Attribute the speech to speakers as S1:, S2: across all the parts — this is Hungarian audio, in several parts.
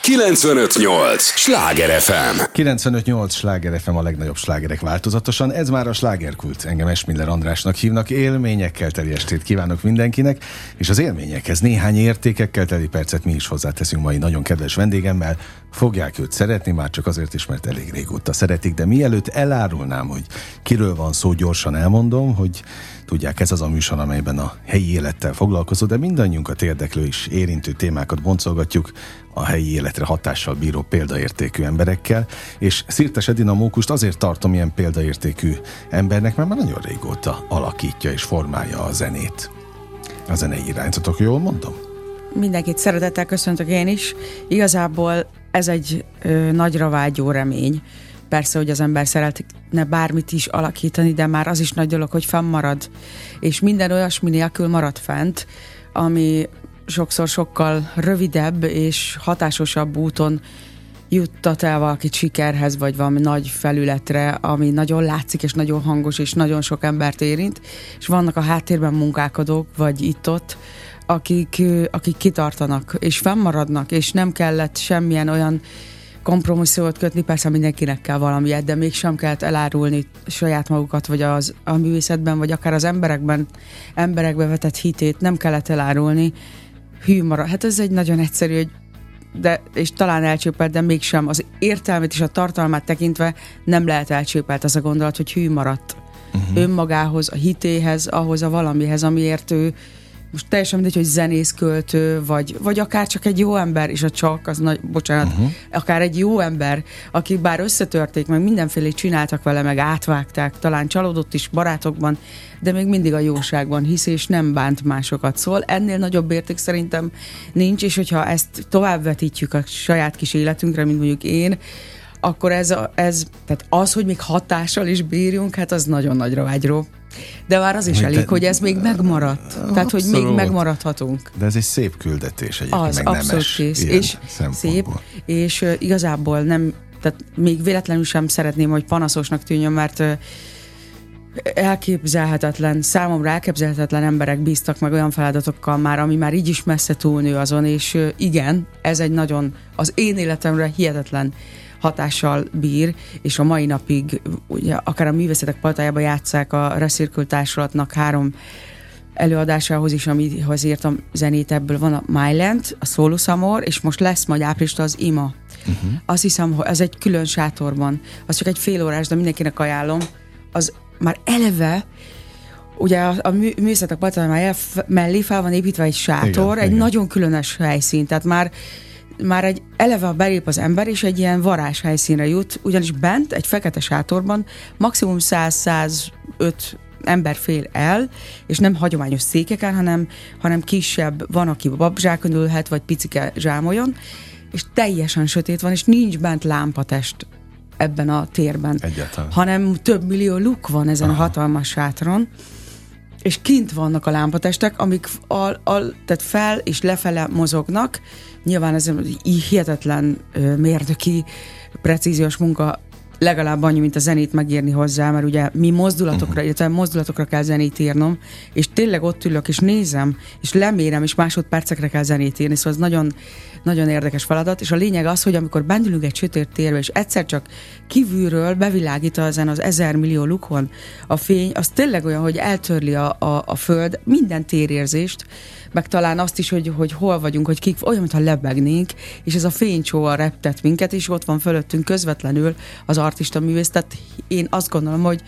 S1: 95.8 Sláger FM.
S2: 95.8 Sláger FM, a legnagyobb slágerek változatosan. Ez már a Slágerkult. Engem Esmiller Andrásnak hívnak. Élményekkel teli estét kívánok mindenkinek, és az élményekhez néhány értékekkel teli percet mi is hozzáteszünk mai nagyon kedves vendégemmel. Fogják őt szeretni, már csak azért is, mert elég régóta szeretik, de mielőtt elárulnám, hogy kiről van szó, gyorsan elmondom, hogy tudják, ez az a műsor, amelyben a helyi élettel foglalkozó, de mindannyiunkat érdeklő és érintő témákat boncolgatjuk a helyi életre hatással bíró példaértékű emberekkel, és Szirtes Edina Mókust azért tartom ilyen példaértékű embernek, mert már nagyon régóta alakítja és formálja a zenét. A zenei irányzatok, jól mondom?
S3: Mindenkit szeretettel köszöntök én is. Igazából ez egy nagyra vágyó remény. Persze, hogy az ember szeretne bármit is alakítani, de már az is nagy dolog, hogy fennmarad. És minden olyasmi nélkül marad fent, ami sokszor sokkal rövidebb és hatásosabb úton juttat el valakit sikerhez, vagy valami nagy felületre, ami nagyon látszik, és nagyon hangos, és nagyon sok embert érint. És vannak a háttérben munkálkodók, vagy itt-ott, akik kitartanak, és fennmaradnak, és nem kellett semmilyen olyan kompromisszumot kötni, persze mindenkinek kell valamilyet, de mégsem kellett elárulni saját magukat, vagy a művészetben, vagy akár az emberekbe vetett hitét nem kellett elárulni. Hű marad. Hát ez egy nagyon egyszerű, és talán elcsépelt, de mégsem az értelmét és a tartalmát tekintve nem lehet elcsépelt az a gondolat, hogy hű maradt önmagához, a hitéhez, ahhoz a valamihez, amiért ő most teljesen mindegy, hogy zenész, költő, vagy akár csak egy jó ember, és akár egy jó ember, akik bár összetörték, meg mindenfélét csináltak vele, meg átvágták, talán csalódott is barátokban, de még mindig a jóságban hisz, és nem bánt másokat. Szóval ennél nagyobb érték szerintem nincs, és hogyha ezt továbbvetítjük a saját kis életünkre, mint mondjuk én, akkor tehát az, hogy még hatással is bírjunk, hát az nagyon nagyra vágyó. De már az is elég, hogy ez még megmaradt. Tehát, hogy még megmaradhatunk.
S2: De ez egy szép küldetés egyébként,
S3: az,
S2: meg
S3: abszolút
S2: nemes
S3: kész.
S2: És
S3: szép, és igazából nem, tehát még véletlenül sem szeretném, hogy panaszosnak tűnjön, mert számomra elképzelhetetlen emberek bíztak meg olyan feladatokkal már, ami már így is messze túlnő azon, és igen, ez egy nagyon, az én életemre hihetetlen hatással bír, és a mai napig ugye, akár a művészetek palotájában játsszák a Recircle társulatnak 3 előadásához is, amihoz írtam zenét, ebből van a Myland, a Solus Amor, és most lesz majd áprilistól az Ima. Azt hiszem, hogy ez egy külön sátorban. Az csak egy fél órás, de mindenkinek ajánlom. Az már eleve ugye a művészetek palotája mellé fel van építve egy sátor, igen. Nagyon különös helyszín, tehát már egy eleve belép az ember, és egy ilyen varázs helyszínre jut, ugyanis bent, egy fekete sátorban maximum 100-105 ember fél el, és nem hagyományos székeken, hanem kisebb, van, aki babzsákon ülhet, vagy picike zsámoljon, és teljesen sötét van, és nincs bent lámpatest ebben a térben.
S2: Egyáltalán.
S3: Hanem több millió luk van ezen a hatalmas sátron, és kint vannak a lámpatestek, amik tehát fel és lefele mozognak. Nyilván ez egy hihetetlen mérnöki, precíziós munka, legalább annyi, mint a zenét megírni hozzá, mert ugye mi mozdulatokra kell zenét írnom, és tényleg ott ülök, és nézem, és lemérem, és másodpercekre kell zenét írni, szóval ez nagyon, nagyon érdekes feladat, és a lényeg az, hogy amikor bennülünk egy sötét térbe, és egyszer csak kívülről bevilágít ezen az 1000 millió lukon a fény, az tényleg olyan, hogy eltörli a föld minden térérzést, meg talán azt is, hogy hol vagyunk, hogy kik, olyan, mintha lebegnénk, és ez a fénycsóval reptet minket, és ott van fölöttünk közvetlenül az artista művész, tehát én azt gondolom, hogy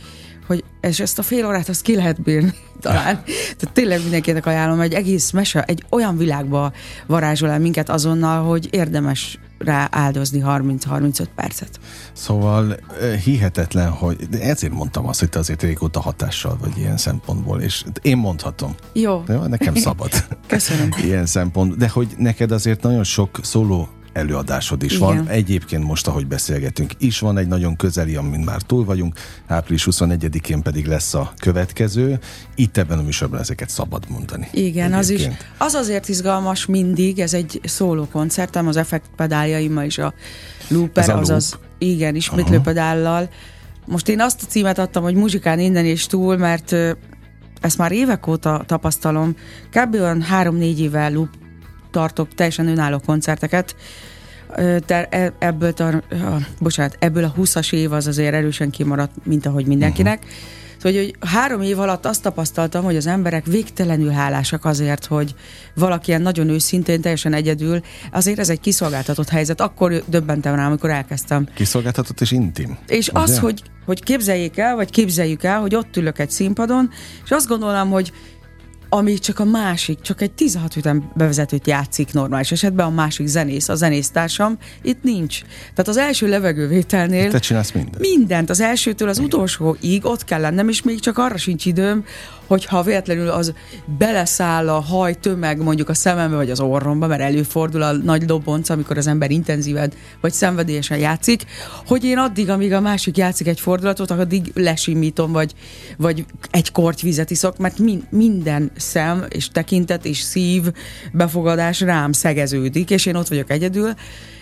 S3: ezt a fél órát azt ki lehet bírni talán. Tehát tényleg mindenkinek ajánlom, egy egész mese, egy olyan világba varázsol el minket azonnal, hogy érdemes rá áldozni 30-35 percet.
S2: Szóval hihetetlen, de ezért mondtam azt, hogy te azért régóta hatással vagy ilyen szempontból, és én mondhatom.
S3: Jó.
S2: De nekem szabad.
S3: Köszönöm.
S2: Ilyen szempont. De hogy neked azért nagyon sok szóló előadásod is van. Egyébként most, ahogy beszélgetünk, is van egy nagyon közeli, amin már túl vagyunk. Április 21-én pedig lesz a következő. Itt ebben a műsorban ezeket szabad mondani.
S3: Igen, az azért izgalmas mindig, ez egy szóló koncertem, az effektpedáljaimmal is a looper, azaz igen, ismétlőpedállal. Most én azt a címet adtam, hogy muzsikán innen és túl, mert ezt már évek óta tapasztalom. Kb. Olyan 3-4 éve tartok teljesen önálló koncerteket, ebből a 20-as év az azért erősen kimaradt, mint ahogy mindenkinek. Szóval, hogy 3 év alatt azt tapasztaltam, hogy az emberek végtelenül hálásak azért, hogy valaki ilyen nagyon őszintén, teljesen egyedül, azért ez egy kiszolgáltatott helyzet. Akkor döbbentem rá, amikor elkezdtem.
S2: Kiszolgáltatott és intim.
S3: És ugye? Az, hogy képzeljék el, vagy képzeljük el, hogy ott ülök egy színpadon, és azt gondolom, hogy ami csak egy 16 ütem bevezetőt játszik normális esetben, a másik zenész, a zenésztársam, itt nincs. Tehát az első levegővételnél...
S2: Te csinálsz mindent.
S3: Mindent, az elsőtől az utolsóig ott kell lennem, és még csak arra sincs időm, hogyha véletlenül az beleszáll a hajtömeg mondjuk a szemembe vagy az orromba, mert előfordul a nagy dobonc, amikor az ember intenzíven vagy szenvedélyesen játszik, hogy én addig, amíg a másik játszik egy fordulatot, addig lesimítom, vagy egy kortyvizet iszok, mert minden szem és tekintet és szív befogadás rám szegeződik, és én ott vagyok egyedül,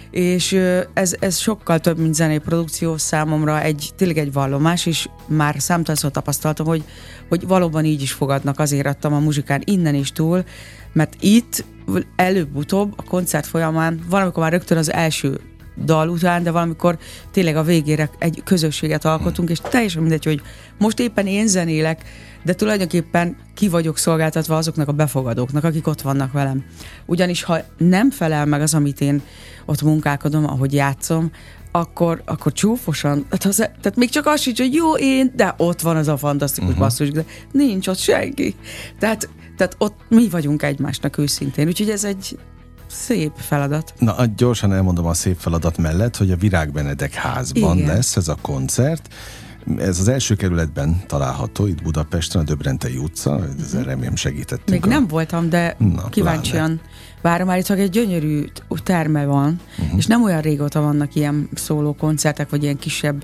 S3: és ez sokkal több, mint zenei produkció számomra, tényleg egy vallomás, és már számtalanszor tapasztaltam, hogy valóban így is fogadnak, azért adtam a muzsikán innen is túl, mert itt előbb-utóbb a koncert folyamán, valamikor már rögtön az első dal után, de valamikor tényleg a végére egy közösséget alkotunk, és teljesen mindegy, hogy most éppen én zenélek, de tulajdonképpen ki vagyok szolgáltatva azoknak a befogadóknak, akik ott vannak velem. Ugyanis ha nem felel meg az, amit én ott munkálkodom, ahogy játszom, akkor csúfosan, tehát még csak az sincs, hogy jó én, de ott van az a fantasztikus basszus, de nincs ott senki. Tehát ott mi vagyunk egymásnak őszintén, úgyhogy ez egy szép feladat.
S2: Na, gyorsan elmondom a szép feladat mellett, hogy a Virág Benedek házban
S3: igen.
S2: lesz ez a koncert. Ez az első kerületben található, itt Budapesten, a Döbrentei utca, ezzel remélem segítettünk.
S3: Még nem voltam, de kíváncsian várom, már itt egy gyönyörű terme van, és nem olyan régóta vannak ilyen szóló koncertek, vagy ilyen kisebb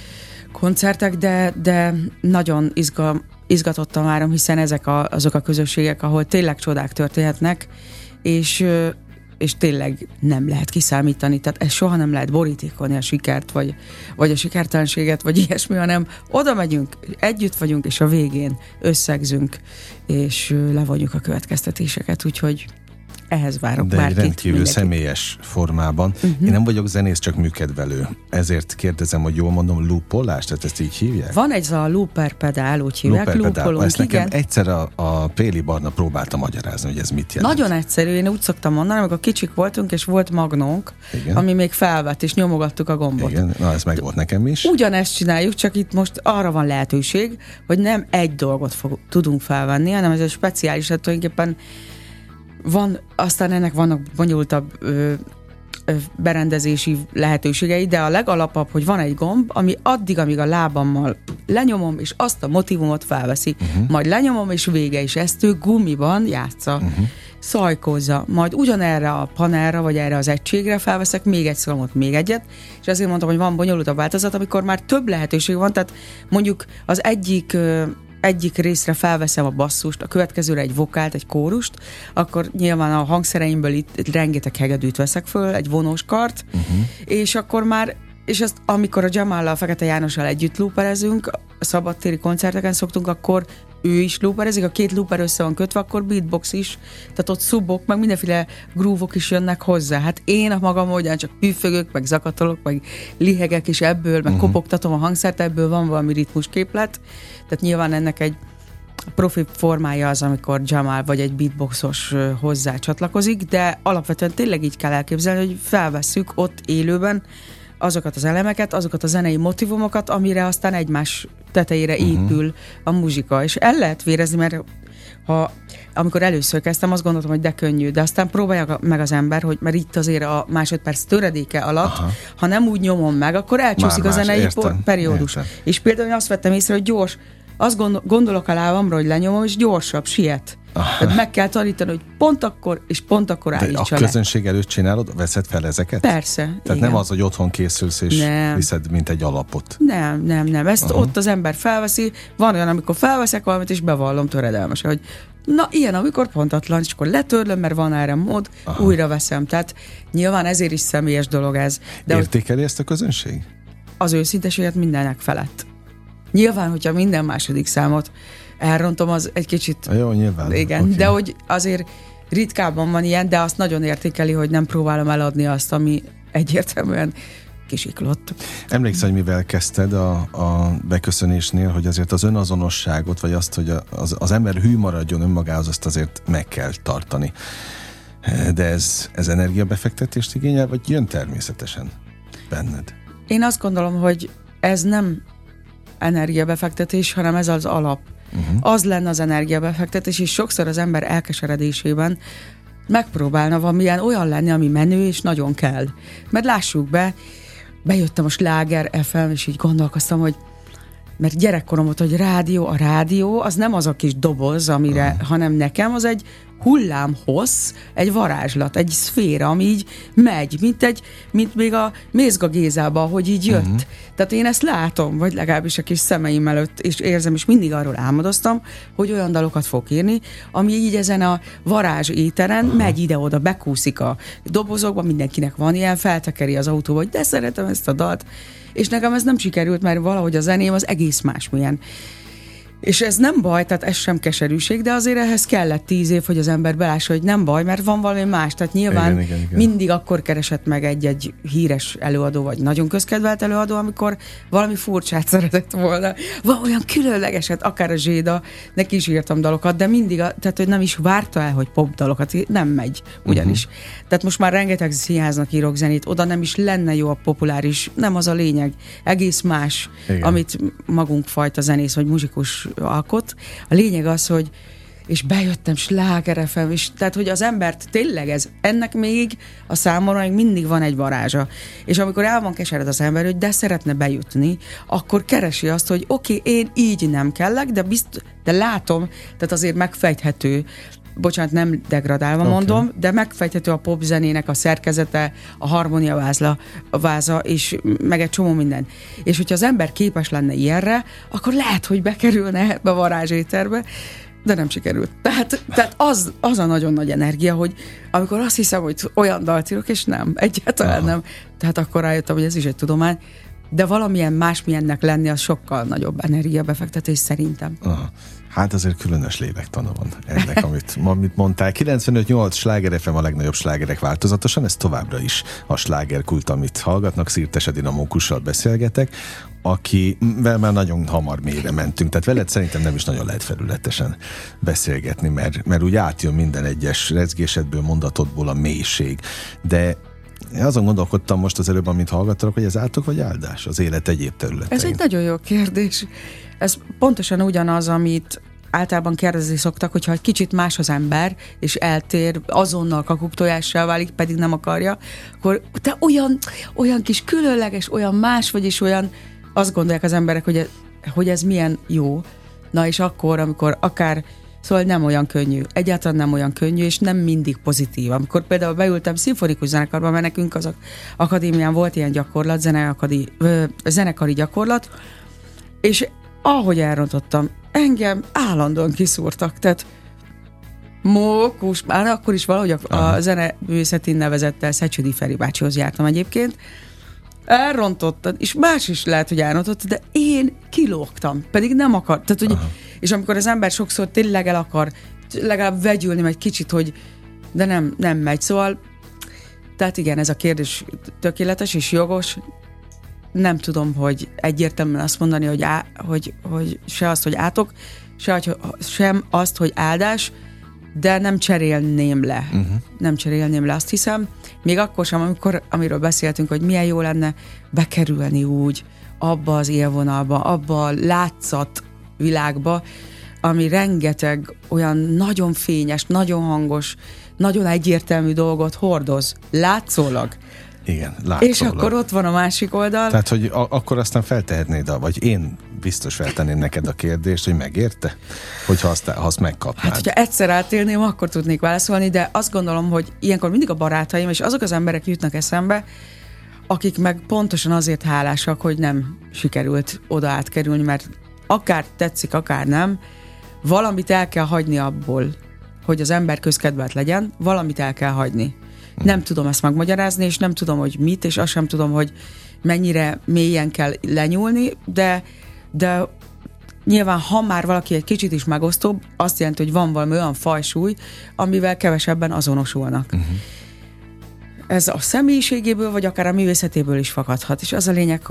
S3: koncertek, de nagyon izgatottan várom, hiszen ezek azok a közösségek, ahol tényleg csodák történhetnek, és tényleg nem lehet kiszámítani, tehát ez soha nem lehet borítékolni a sikert, vagy a sikertelenséget, vagy ilyesmi, hanem oda megyünk, együtt vagyunk, és a végén összegzünk, és levonjuk a következtetéseket, úgyhogy ehhez várok
S2: de
S3: bárkit.
S2: De rendkívül
S3: mindenkit.
S2: Személyes formában. Én nem vagyok zenész, csak műkedvelő. Ezért kérdezem, hogy jól mondom, loopolás, tehát ezt így hívják?
S3: Van egy a looper pedál, úgy hívják, loopolunk,
S2: ezt nekem
S3: igen.
S2: egyszer a Préli Barna próbálta magyarázni, hogy ez mit jelent.
S3: Nagyon egyszerű, én úgy szoktam mondani, amikor kicsik voltunk, és volt magnónk,
S2: igen.
S3: ami még felvett, és nyomogattuk a gombot.
S2: Igen, na ez meg volt nekem is.
S3: Ugyanezt csináljuk, csak itt most arra van lehetőség, hogy nem egy dolgot tudunk felvenni, hanem ez egy speciális, hát tulajdonképpen aztán ennek vannak bonyolultabb berendezési lehetőségei, de a legalapabb, hogy van egy gomb, ami addig, amíg a lábammal lenyomom, és azt a motivumot felveszi. Majd lenyomom, és vége is. Ezt ő gumiban játsza, szajkózza. Majd ugyanerre a panelra, vagy erre az egységre felveszek még egy szalmot, még egyet, és azért mondtam, hogy van bonyolultabb változat, amikor már több lehetőség van, tehát mondjuk az egyik részre felveszem a basszust, a következőre egy vokált, egy kórust, akkor nyilván a hangszereimből itt rengeteg hegedűt veszek föl, egy vonós kart, és akkor már, és azt, amikor a Jamallal, a Fekete Jánossal együtt looperezünk, a szabadtéri koncerteken szoktunk, akkor ő is looperezik, a két looper össze van kötve, akkor beatbox is, tehát ott szubok, meg mindenféle groove-ok is jönnek hozzá. Hát én a magam módján csak püffögök, meg zakatolok, meg lihegek is ebből, meg kopogtatom a hangszert, ebből van valami ritmusképlet. Tehát nyilván ennek egy profi formája az, amikor Jamal vagy egy beatboxos hozzá csatlakozik, de alapvetően tényleg így kell elképzelni, hogy felvesszük ott élőben azokat az elemeket, azokat a zenei motivumokat, amire aztán egymás tetejére épül a muzsika. És el lehet vérezni, mert amikor először kezdtem, azt gondoltam, hogy de könnyű, de aztán próbálja meg az ember, hogy mert itt azért a másodperc töredéke alatt, ha nem úgy nyomom meg, akkor elcsúszik a zenei periódus. Értem. És például én azt vettem észre, hogy gyors, azt gondolok a lábamra, hogy lenyomom, és gyorsabb, siet. Tehát meg kell tanítani, hogy pont akkor állítsa
S2: le. A közönség előtt csinálod, veszed fel ezeket?
S3: Persze.
S2: Tehát
S3: igen.
S2: nem az, hogy otthon készülsz, és viszed, mint egy alapot.
S3: Nem. Ezt ott az ember felveszi. Van olyan, amikor felveszek valamit, és bevallom töredelmesen, hogy na, ilyen, amikor pontatlan, és akkor letörlöm, mert van erre mód, újra veszem. Tehát nyilván ezért is személyes dolog ez. De
S2: értékeli ezt a közönség?
S3: Az őszinteséget mindennek felett. Nyilván, hogyha minden második számot elrontom, az egy kicsit...
S2: Jó, nyilván.
S3: Igen, okay. De hogy azért ritkábban van ilyen, de azt nagyon értékeli, hogy nem próbálom eladni azt, egyértelműen kisiklott.
S2: Emlékszel, hogy mivel kezdted a beköszönésnél, hogy azért az önazonosságot, vagy azt, hogy az ember hű maradjon önmagához, azt azért meg kell tartani. De ez energiabefektetést igényel, vagy jön természetesen benned?
S3: Én azt gondolom, hogy ez nem energiabefektetés, hanem ez az alap. Az lenne az energiabefektetés, és sokszor az ember elkeseredésében megpróbálna valamilyen olyan lenni, ami menő, és nagyon kell. Mert lássuk be, bejöttem a Sláger FM, és így gondolkoztam, hogy mert gyerekkorom volt, hogy a rádió az nem az a kis doboz, amire, hanem nekem az egy hullámhossz, egy varázslat, egy szféra, ami így megy, mint még a Mézga Gézában, hogy így jött. Tehát én ezt látom, vagy legalábbis a kis szemeim előtt, és érzem, és mindig arról álmodoztam, hogy olyan dalokat fog írni, ami így ezen a varázs éteren megy ide-oda, bekúszik a dobozokba, mindenkinek van ilyen, feltekeri az autóba, hogy de szeretem ezt a dalt, és nekem ez nem sikerült, mert valahogy a zeném az egész másmilyen. És ez nem baj, tehát ez sem keserűség, de azért ehhez kellett 10 év, hogy az ember belássa, hogy nem baj, mert van valami más. Tehát nyilván igen. Mindig akkor keresett meg egy híres előadó, vagy nagyon közkedvelt előadó, amikor valami furcsát szeretett volna. Van olyan különlegeset, akár a Zséda, neki is írtam dalokat, de mindig, tehát hogy nem is várta el, hogy pop dalokat, nem megy ugyanis. Tehát most már rengeteg színháznak írok zenét, oda nem is lenne jó a populáris, nem az a lényeg. Egész más, amit magunk fajta zenész, vagy muzsikus alkot. A lényeg az, hogy és bejöttem Sláger FM, és tehát, hogy az embert tényleg ennek még a számomra még mindig van egy varázsa. És amikor el van kesered az ember, hogy de szeretne bejutni, akkor keresi azt, hogy oké, én így nem kellek, de látom, tehát azért megfejthető, bocsánat, nem degradálva mondom, de megfejthető a popzenének a szerkezete, a harmónia váza, és meg egy csomó minden. És hogyha az ember képes lenne ilyenre, akkor lehet, hogy bekerülne ebbe a varázséterbe, de nem sikerült. Tehát az a nagyon nagy energia, hogy amikor azt hiszem, hogy olyan dalt írok, és nem, egyáltalán nem. Tehát akkor rájöttem, hogy ez is egy tudomány, de valamilyen másmilyennek lenni, az sokkal nagyobb energiabefektetés szerintem.
S2: Hát azért különös lélektana van ennek, amit mondtál. 95.8 Sláger FM a legnagyobb slágerek változatosan, ez továbbra is a slágerkult, amit hallgatnak. Szirtes Edina Mókussal beszélgetek, akivel már nagyon hamar mélyre mentünk, tehát veled szerintem nem is nagyon lehet felületesen beszélgetni, mert úgy átjön minden egyes rezgésedből, mondatodból a mélység. De azon gondolkodtam most az előbb, amit hallgattalak, hogy ez átok vagy áldás az élet egyéb területein?
S3: Ez egy nagyon jó kérdés. Ez pontosan ugyanaz, amit általában kérdezni szoktak, hogyha egy kicsit más az ember, és eltér, azonnal kakuktojással válik, pedig nem akarja, akkor te olyan kis különleges, olyan más vagy, és olyan, azt gondolják az emberek, hogy ez milyen jó. Na és akkor, amikor akár, szóval nem olyan könnyű, egyáltalán nem olyan könnyű, és nem mindig pozitív. Amikor például beültem szimfonikus zenekarba, mert nekünk az akadémián volt ilyen gyakorlat, zenekari gyakorlat, és ahogy elrontottam, engem állandóan kiszúrtak, tehát Mókus, már akkor is valahogy a zeneművészetén nevezettel Szecsüdi Feri bácsihoz jártam egyébként, elrontottad, és más is lehet, hogy elrontottad, de én kilógtam, pedig nem akar, tehát hogy, és amikor az ember sokszor tényleg el akar legalább vegyülni egy kicsit, hogy de nem megy, szóval tehát igen, ez a kérdés tökéletes és jogos. Nem tudom, hogy egyértelműen azt mondani, hogy se azt, hogy átok, sem azt, hogy áldás, de nem cserélném le. Nem cserélném le, azt hiszem. Még akkor sem, amiről beszéltünk, hogy milyen jó lenne bekerülni úgy abba az élvonalba, abba a látszat világba, ami rengeteg olyan nagyon fényes, nagyon hangos, nagyon egyértelmű dolgot hordoz. Látszólag.
S2: Igen, látszólag.
S3: És akkor ott van a másik oldal.
S2: Tehát, hogy akkor aztán feltehetnéd, vagy én biztos feltenném neked a kérdést, hogy megérte? Hogyha azt megkapnád.
S3: Hát, hogyha egyszer átélném, akkor tudnék válaszolni, de azt gondolom, hogy ilyenkor mindig a barátaim, és azok az emberek jutnak eszembe, akik meg pontosan azért hálásak, hogy nem sikerült oda átkerülni, mert akár tetszik, akár nem, valamit el kell hagyni abból, hogy az ember közkedvelt legyen, valamit el kell hagyni. Nem tudom ezt megmagyarázni, és nem tudom, hogy mit, és azt sem tudom, hogy mennyire mélyen kell lenyúlni, de nyilván, ha már valaki egy kicsit is megosztóbb, azt jelenti, hogy van valami olyan fajsúly, amivel kevesebben azonosulnak. ez a személyiségéből, vagy akár a művészetéből is fakadhat. És az a lényeg,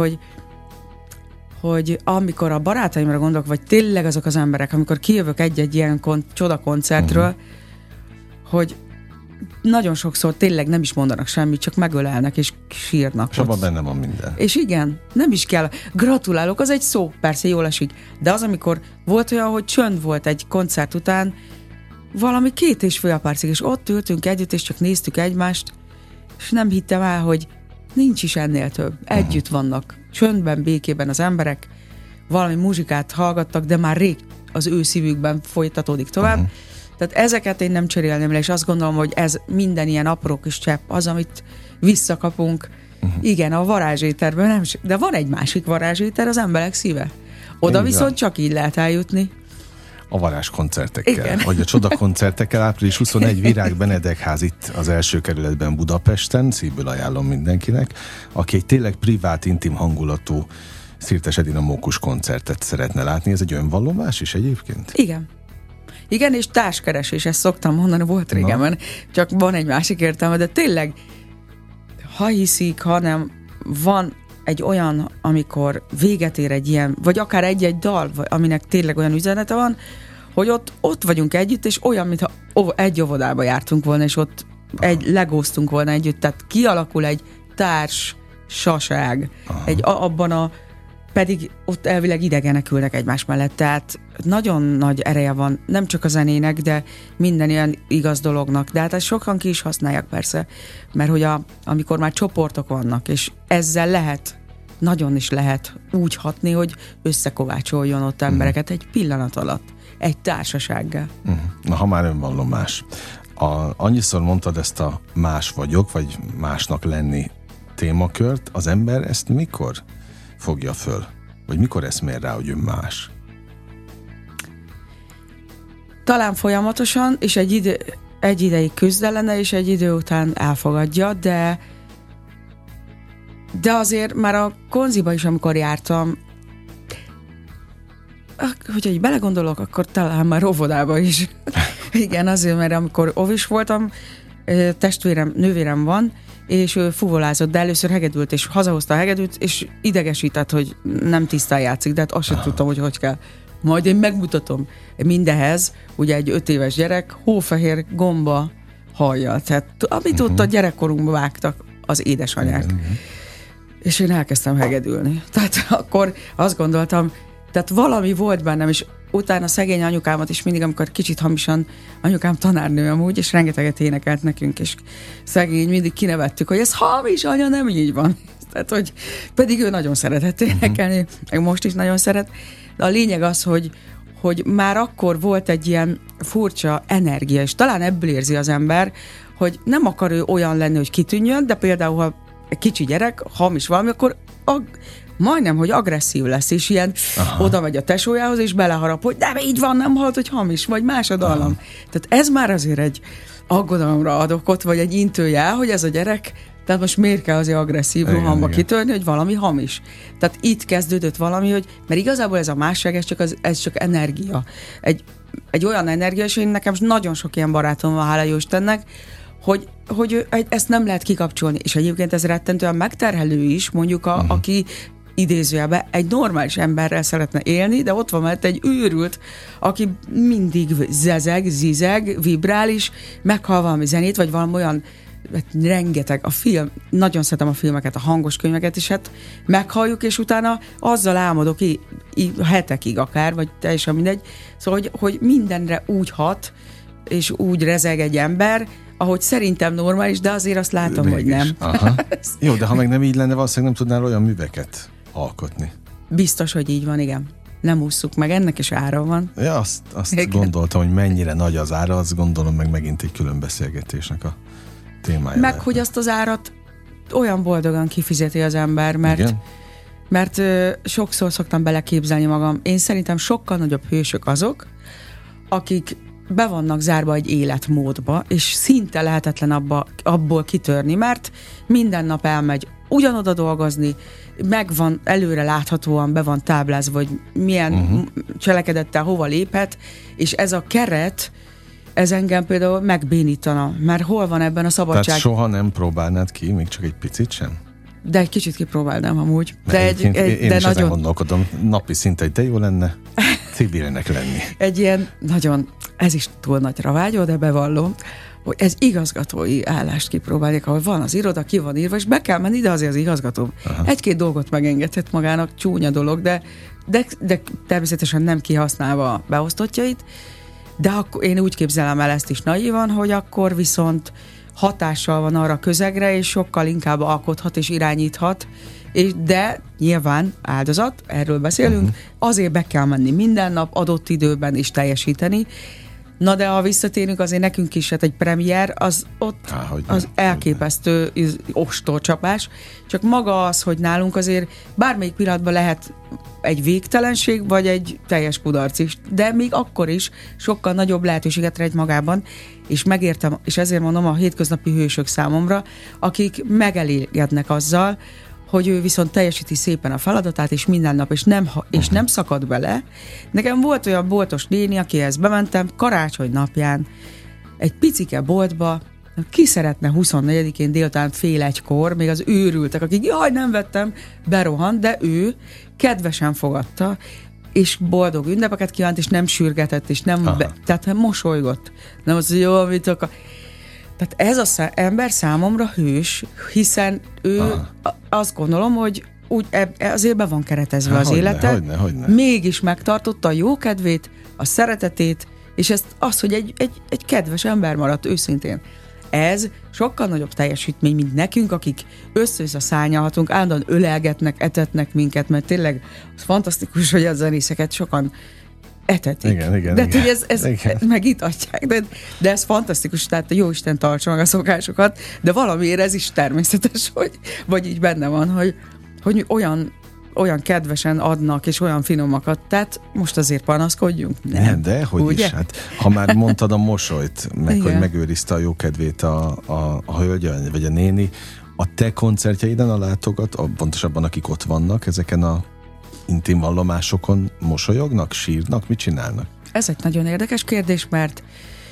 S3: hogy amikor a barátaimra gondolok, vagy tényleg azok az emberek, amikor kijövök egy-egy ilyen csodakoncertről, hogy nagyon sokszor tényleg nem is mondanak semmit, csak megölelnek és sírnak.
S2: És abban benne van minden.
S3: És igen, nem is kell. Gratulálok, az egy szó, persze jól esik. De az, amikor volt olyan, hogy csönd volt egy koncert után, valami 2,5 percig, és ott ültünk együtt, és csak néztük egymást, és nem hittem el, hogy nincs is ennél több. Együtt vannak, csöndben, békében az emberek, valami muzsikát hallgattak, de már rég az ő szívükben folytatódik tovább. Tehát ezeket én nem cserélném le, és azt gondolom, hogy ez minden ilyen apró kis csepp, az, amit visszakapunk. Igen, a varázséterben nem, de van egy másik varázséter, az emberek szíve. Oda viszont csak így lehet eljutni.
S2: A varázskoncertekkel, vagy a csodakoncertekkel. Április 21 Virág Benedekház itt az első kerületben Budapesten, szívből ajánlom mindenkinek, aki egy tényleg privát, intim hangulatú Szirtes Edina Mókus koncertet szeretne látni. Ez egy önvallomás is egyébként? Igen, és társkeresés, ezt szoktam mondani, volt régen, csak van egy másik értelme, de tényleg, ha hiszik, ha nem, van egy olyan, amikor véget ér egy ilyen, vagy akár egy-egy dal, aminek tényleg olyan üzenete van, hogy ott vagyunk együtt, és olyan, mintha egy óvodába jártunk volna, és ott legóztunk volna együtt, tehát kialakul egy társaság, abban pedig ott elvileg idegenek ülnek egymás mellett, tehát nagyon nagy ereje van, nem csak a zenének, de minden ilyen igaz dolognak, de hát ezt sokan ki is használják persze, mert hogy amikor már csoportok vannak, és ezzel nagyon is lehet úgy hatni, hogy összekovácsoljon ott embereket egy pillanat alatt, egy társasággal. Na, ha már önvallomás. Annyiszor mondtad ezt a más vagyok, vagy másnak lenni témakört, az ember ezt mikor fogja föl? Vagy mikor eszmél rá, hogy ő más?
S3: Talán folyamatosan, és egy ideig küzd ellene, és egy idő után elfogadja, de azért már a konziba is, amikor jártam, hogyha így belegondolok, akkor talán már óvodába is. Igen, azért, mert amikor óvis voltam, nővérem van, és ő fuvolázott, de először hegedült, és hazahozta a hegedűt, és idegesített, hogy nem tisztán játszik, de hát azt sem tudtam, hogy kell. Majd én megmutatom. Mindehez, ugye egy 5 éves gyerek, hófehér gomba hajjal. Tehát amit ott a gyerekkorunkban vágtak az édesanyák. És én elkezdtem hegedülni. Tehát akkor azt gondoltam, tehát valami volt bennem, és utána szegény anyukámat is mindig, amikor kicsit hamisan, anyukám tanárnő amúgy, és rengeteget énekelt nekünk, és szegény mindig kinevettük, hogy ez hamis, anya, nem így van. Tehát, hogy pedig ő nagyon szeretett énekelni, meg most is nagyon szeret. De a lényeg az, hogy már akkor volt egy ilyen furcsa energia, és talán ebből érzi az ember, hogy nem akar ő olyan lenni, hogy kitűnjön, de például, ha egy kicsi gyerek, hamis valami, akkor majdnem, hogy agresszív lesz, és ilyen oda megy a tesójához, és beleharap, hogy de így van, nem halt, hogy hamis, vagy más a dallam. Tehát ez már azért egy aggodalomra ad okot, vagy egy intőjel, hogy ez a gyerek, tehát most miért kell azért agresszív rohamba kitörni, hogy valami hamis. Tehát itt kezdődött valami, hogy, mert igazából ez a másság, ez csak energia. Egy olyan energia, és én nekem nagyon sok ilyen barátom van, hála jó Istennek, hogy ezt nem lehet kikapcsolni. És egyébként ez rettentően megterhelő is, mondjuk aki idézőjelben egy normális emberrel szeretne élni, de ott van mellett egy őrült, aki mindig zizeg, vibrál is, meghal valami zenét, vagy valami olyan, rengeteg, nagyon szeretem a filmeket, a hangos könyveket, és hát meghalljuk, és utána azzal álmodok hetekig akár, vagy teljesen mindegy. Szóval, hogy mindenre úgy hat, és úgy rezeg egy ember, ahogy szerintem normális, de azért azt látom,
S2: mégis,
S3: hogy nem.
S2: Jó, de ha meg nem így lenne, valószínűleg nem tudnál olyan műveket alkotni.
S3: Biztos, hogy így van, igen. Nem ússzuk meg, ennek is ára van.
S2: Ja, azt gondoltam, hogy mennyire nagy az ára, azt gondolom meg megint egy külön beszélgetésnek a témája.
S3: Meg, hogy azt az árat olyan boldogan kifizeti az ember, mert sokszor szoktam beleképzelni magam. Én szerintem sokkal nagyobb hősök azok, akik be vannak zárva egy életmódba, és szinte lehetetlen abból kitörni, mert minden nap elmegy ugyanoda dolgozni, megvan előre láthatóan, be van táblázva, hogy milyen cselekedettel hova léphet, és ez a keret, ez engem például megbénítana, mert hol van ebben a szabadság?
S2: Tehát soha nem próbálnád ki, még csak egy picit sem?
S3: De egy kicsit kipróbálnám amúgy.
S2: Én is ezen gondolkodom, napi szinte, hogy de jó lenne civilnek lenni.
S3: Egy ilyen nagyon, ez is túl nagyra vágyó, de bevallom, hogy ez igazgatói állást kipróbálják, ahol van az iroda, ki van írva, és be kell menni, de azért az igazgató. Aha. Egy-két dolgot megengedhet magának, csúnya dolog, de természetesen nem kihasználva a beosztottjait, de akkor én úgy képzelem el ezt is naívan, hogy akkor viszont hatással van arra a közegre, és sokkal inkább alkothat és irányíthat, de nyilván áldozat, erről beszélünk, azért be kell menni minden nap, adott időben is teljesíteni. Na de ha visszatérünk, azért nekünk is hát egy premier, az ott az elképesztő ostorcsapás, csak maga az, hogy nálunk azért bármelyik pillanatban lehet egy végtelenség, vagy egy teljes kudarc is, de még akkor is sokkal nagyobb lehetőséget rejt magában, és megértem, és ezért mondom a hétköznapi hősök számomra, akik megelégednek azzal, hogy ő viszont teljesíti szépen a feladatát, és minden nap, és nem szakad bele. Nekem volt olyan boltos néni, akihez bementem karácsony napján egy picike boltba, ki szeretne 24-én délután 12:30, még az őrültek, akik jaj, nem vettem, berohant, de ő kedvesen fogadta, és boldog ünnepeket kívánt, és nem sürgetett, és nem tehát mosolygott. Nem az, hogy jó, amit akar. Tehát ez az ember számomra hős, hiszen ő azt gondolom, hogy úgy azért be van keretezve az élete.
S2: Hogyne.
S3: Mégis megtartotta a jókedvét, a szeretetét, és az, hogy egy kedves ember maradt őszintén. Ez sokkal nagyobb teljesítmény, mint nekünk, akik össze-vissza szárnyalhatunk, állandóan ölelgetnek, etetnek minket, mert tényleg az fantasztikus, hogy a zenészeket sokan etetik.
S2: Igen.
S3: De hogy ez megitatják, de ez fantasztikus, tehát a Jóisten tartsa meg a szokásokat, de valamiért ez is természetes, vagy így benne van, hogy olyan kedvesen adnak, és olyan finomakat, tehát most azért panaszkodjunk.
S2: Nem, de hogy is, hát ha már mondtad a mosolyt, meg hogy megőrizte a jókedvét a hölgy, vagy a néni, a te koncertjeiden a látogat, pontosabban akik ott vannak, ezeken a intim vallomásokon mosolyognak, sírnak, mit csinálnak? Ez
S3: egy nagyon érdekes kérdés, mert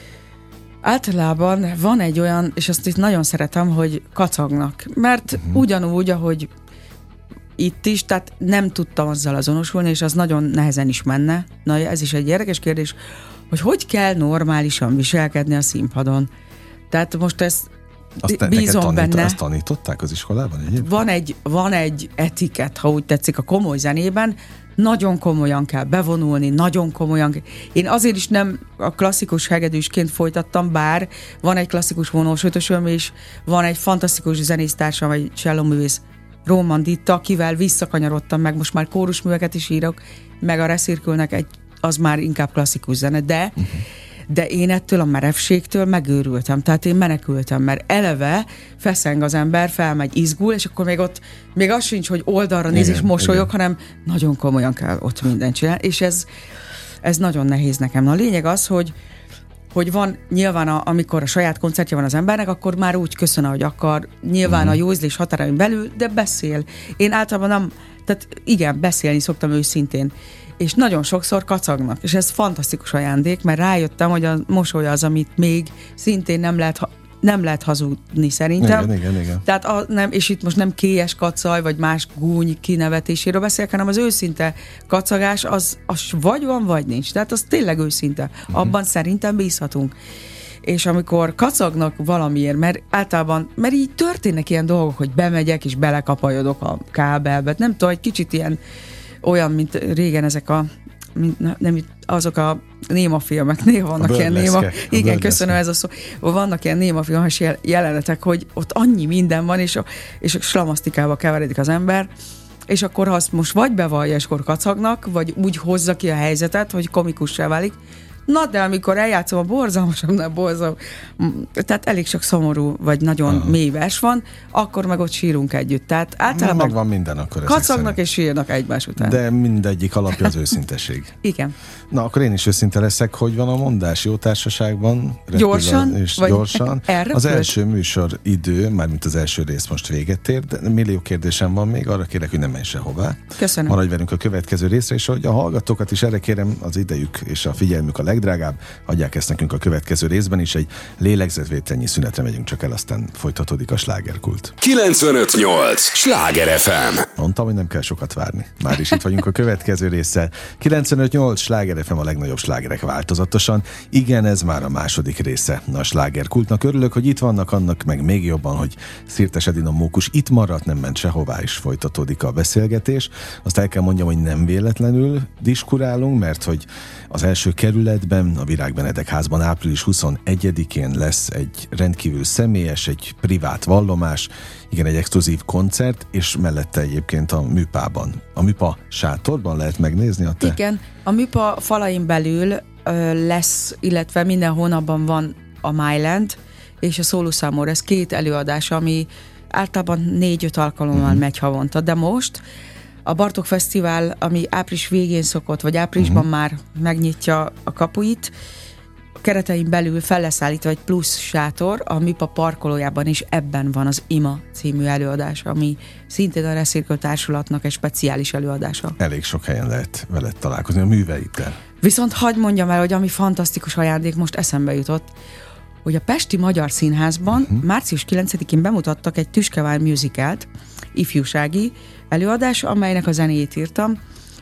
S3: általában van egy olyan, és azt itt nagyon szeretem, hogy kacagnak, mert ugyanúgy, ahogy itt is, tehát nem tudtam azzal azonosulni, és az nagyon nehezen is menne. Na, ez is egy érdekes kérdés, hogy kell normálisan viselkedni a színpadon. Tehát most ezt bízom benne.
S2: Azt tanították az iskolában egyébként?
S3: Van egy etikett, ha úgy tetszik, a komoly zenében, nagyon komolyan kell bevonulni, nagyon komolyan. Én azért is nem a klasszikus hegedűsként folytattam, bár van egy klasszikus vonós ötösöm, és van egy fantasztikus zenésztársam, egy csellóművész, Róman Ditta, akivel visszakanyarodtam meg, most már kórusműveket is írok, meg a Reszirkülnek az már inkább klasszikus zene, de én ettől a merevségtől megőrültem, tehát én menekültem, mert eleve feszeng az ember, felmegy, izgul, és akkor még az sincs, hogy oldalra néz és mosolyog, hanem nagyon komolyan kell ott mindent csinálni, és ez nagyon nehéz nekem. Na, a lényeg az, hogy van nyilván, amikor a saját koncertje van az embernek, akkor már úgy köszön, ahogy akar, nyilván a józlés határain belül, de beszél. Én általában nem, tehát igen, beszélni szoktam őszintén, és nagyon sokszor kacagnak, és ez fantasztikus ajándék, mert rájöttem, hogy a mosoly az, amit még szintén nem lehet hazudni szerintem.
S2: Igen.
S3: Tehát és itt most nem kélyes kacaj, vagy más gúny kinevetéséről beszélek, hanem az őszinte kacagás, az vagy van, vagy nincs. Tehát az tényleg őszinte. Abban szerintem bízhatunk. És amikor kacagnak valamiért, mert általában, mert így történnek ilyen dolgok, hogy bemegyek, és belekapajodok a kábelbe. Nem tudom, egy kicsit ilyen olyan, mint régen ezek azok a némafilmek, néha vannak ilyen igen, köszönöm ez a szó, vannak ilyen némafilmes jelenetek, hogy ott annyi minden van, és a slamasztikába keveredik az ember, és akkor ha azt most vagy bevallja, és akkor kacagnak, vagy úgy hozza ki a helyzetet, hogy komikussá válik. Na, de amikor eljátszom a borzalmasabbnál tehát elég sok szomorú, vagy nagyon mély vers van, akkor meg ott sírunk együtt. Tehát általában
S2: megvan minden akkor
S3: kacagnak és sírnak egymás után.
S2: De mindegyik alapja az őszinteség.
S3: Igen.
S2: Na, akkor én is őszinte leszek, hogy van a mondás jó társaságban.
S3: Gyorsan?
S2: És gyorsan. Az első műsor idő, mármint az első rész most véget ér, de millió kérdésem van még, arra kérek, hogy ne menj sehová.
S3: Köszönöm.
S2: Maradj velünk a következő részre, és hogy a hallgatókat is erre kérem, az idejük és a figyelmük a legdrágább. Adják ezt nekünk a következő részben is, egy lélegzetvételnyi szünetre megyünk csak el, aztán folytatódik a slágerkult.
S1: 95.8 Sláger FM.
S2: Mondtam, hogy nem kell sokat várni. Már is itt vagyunk a következő résszel. 95.8 Sláger FM, a legnagyobb slágerek változatosan. Igen, ez már a második része a slágerkultnak. Örülök, hogy itt vannak, annak meg még jobban, hogy Szirtes Edina Mókus itt maradt, nem ment sehová, is folytatódik a beszélgetés. Azt el kell mondjam, hogy nem véletlenül diskurálunk, mert hogy az első kerületben, a Virág Benedek házban április 21-én lesz egy rendkívül személyes, egy privát vallomás, igen, egy exkluzív koncert, és mellette egyébként a Műpában. A Műpa sátorban lehet megnézni a te...
S3: Igen, a Műpa falain belül lesz, illetve minden hónapban van a Myland és a Solus Amor. Ez 2 előadás, ami általában 4-5 alkalommal megy havonta, de most a Bartók Fesztivál, ami április végén szokott, vagy áprilisban már megnyitja a kapuit, keretein belül fel lesz állítva egy plusz sátor a Műpa parkolójában, és ebben van az IMA című előadás, ami szintén a Reszirkő Társulatnak egy speciális előadása.
S2: Elég sok helyen lehet veled találkozni a műveiddel.
S3: Viszont hagyd mondjam el, hogy ami fantasztikus ajándék, most eszembe jutott, hogy a Pesti Magyar Színházban március 9-én bemutattak egy Tüskevár musicalt, ifjúsági előadás, amelynek a zenéjét írtam,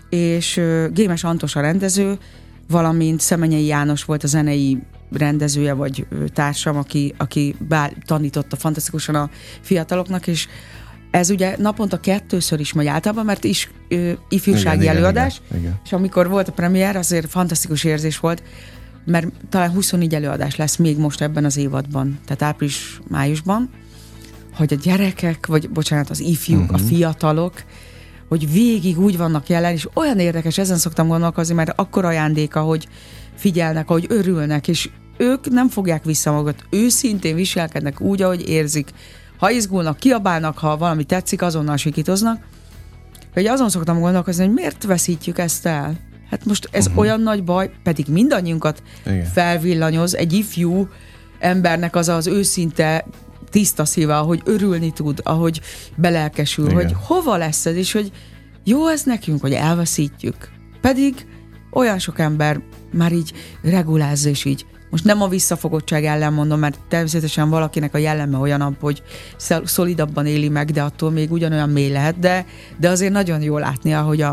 S3: és Gémes Antos a rendező, valamint Szemenyei János volt a zenei rendezője, vagy társam, aki tanította fantasztikusan a fiataloknak, és ez ugye naponta 2-ször is megy általában, mert ifjúsági előadás, igen. És amikor volt a premier, azért fantasztikus érzés volt, mert talán 24 előadás lesz még most ebben az évadban, tehát április-májusban, hogy a gyerekek, vagy bocsánat, az ifjúk, a fiatalok, hogy végig úgy vannak jelen, és olyan érdekes, ezen szoktam gondolkozni, mert akkor ajándéka, hogy figyelnek, hogy örülnek, és ők nem fogják vissza magukat, őszintén viselkednek úgy, ahogy érzik. Ha izgulnak, kiabálnak, ha valami tetszik, azonnal sikítoznak. Hogy azon szoktam gondolkozni, hogy miért veszítjük ezt el? Hát most ez olyan nagy baj, pedig mindannyiunkat felvillanyoz egy ifjú embernek az őszinte tiszta szíve, ahogy örülni tud, ahogy belelkesül, hogy hova lesz ez, és hogy jó ez nekünk, hogy elveszítjük. Pedig olyan sok ember már így regulázza, és így most nem a visszafogottság ellen mondom, mert természetesen valakinek a jelleme olyanabb, hogy szolidabban éli meg, de attól még ugyanolyan mély lehet, de azért nagyon jól látni, ahogy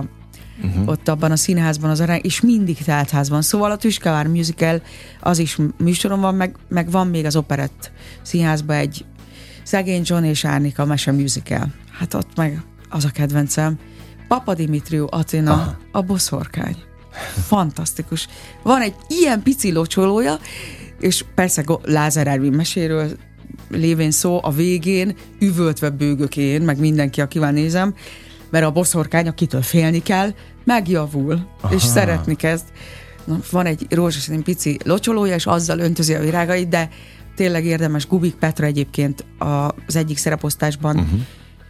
S3: ott abban a színházban az arány, és mindig telt házban. Szóval a Tüskevár musical az is műsoron van, meg van még az Operett színházban egy Szegény John és Árnika mese musical. Hát ott meg az a kedvencem. Papa Dimitriu Atina, a boszorkány. Fantasztikus. Van egy ilyen pici locsolója, és persze Lázár Ervin meséről lévén szó, a végén üvöltve bőgök én, meg mindenki, akivel nézem, mert a boszorkány, akitől félni kell, megjavul, és szeretni kezd. Na, van egy rózsaszín pici locsolója, és azzal öntözi a virágait, de tényleg érdemes. Gubik Petra egyébként az egyik szereposztásban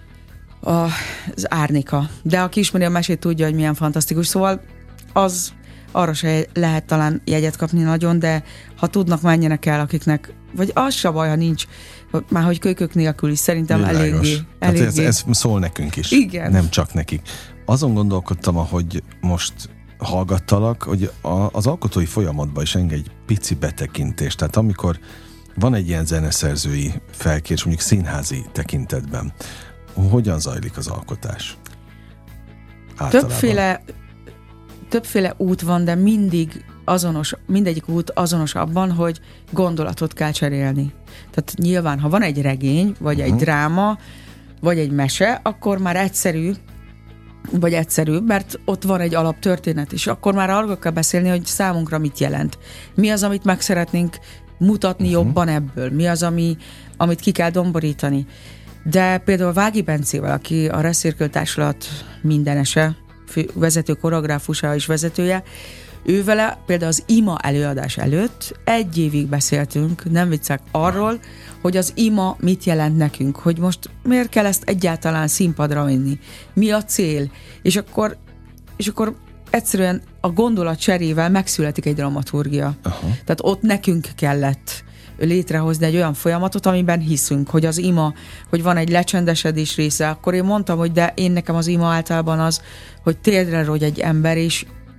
S3: az Árnika. De aki ismeri a mesét, tudja, hogy milyen fantasztikus. Szóval az arra se lehet talán jegyet kapni nagyon, de ha tudnak, menjenek el, akiknek, vagy az se baj, ha nincs, már hogy kölykök nélkül is, szerintem eléggé.
S2: Hát ez szól nekünk is.
S3: Igen.
S2: Nem csak nekik. Azon gondolkodtam, ahogy most hallgattalak, hogy az alkotói folyamatban is engedj egy pici betekintést. Tehát amikor van egy ilyen zeneszerzői felkérés, mondjuk színházi tekintetben, hogyan zajlik az alkotás?
S3: Többféle út van, de mindegyik út azonos abban, hogy gondolatot kell cserélni. Tehát nyilván, ha van egy regény, vagy egy dráma, vagy egy mese, akkor már egyszerűbb, mert ott van egy alaptörténet, és akkor már arról kell beszélni, hogy számunkra mit jelent. Mi az, amit meg szeretnénk mutatni jobban ebből? Mi az, amit ki kell domborítani? De például Vági Bencével, aki a Reszirkő Társulat mindenese, vezető koreográfusa és vezetője, ővele például az IMA előadás előtt 1 évig beszéltünk, nem viccek, arról, hogy az IMA mit jelent nekünk, hogy most miért kell ezt egyáltalán színpadra vinni, mi a cél, és akkor egyszerűen a gondolat cserével megszületik egy dramaturgia. Tehát ott nekünk kellett létrehozni egy olyan folyamatot, amiben hiszünk, hogy az ima, hogy van egy lecsendesedés része, akkor én mondtam, hogy de nekem az ima általában az, hogy térdre rogy egy ember, és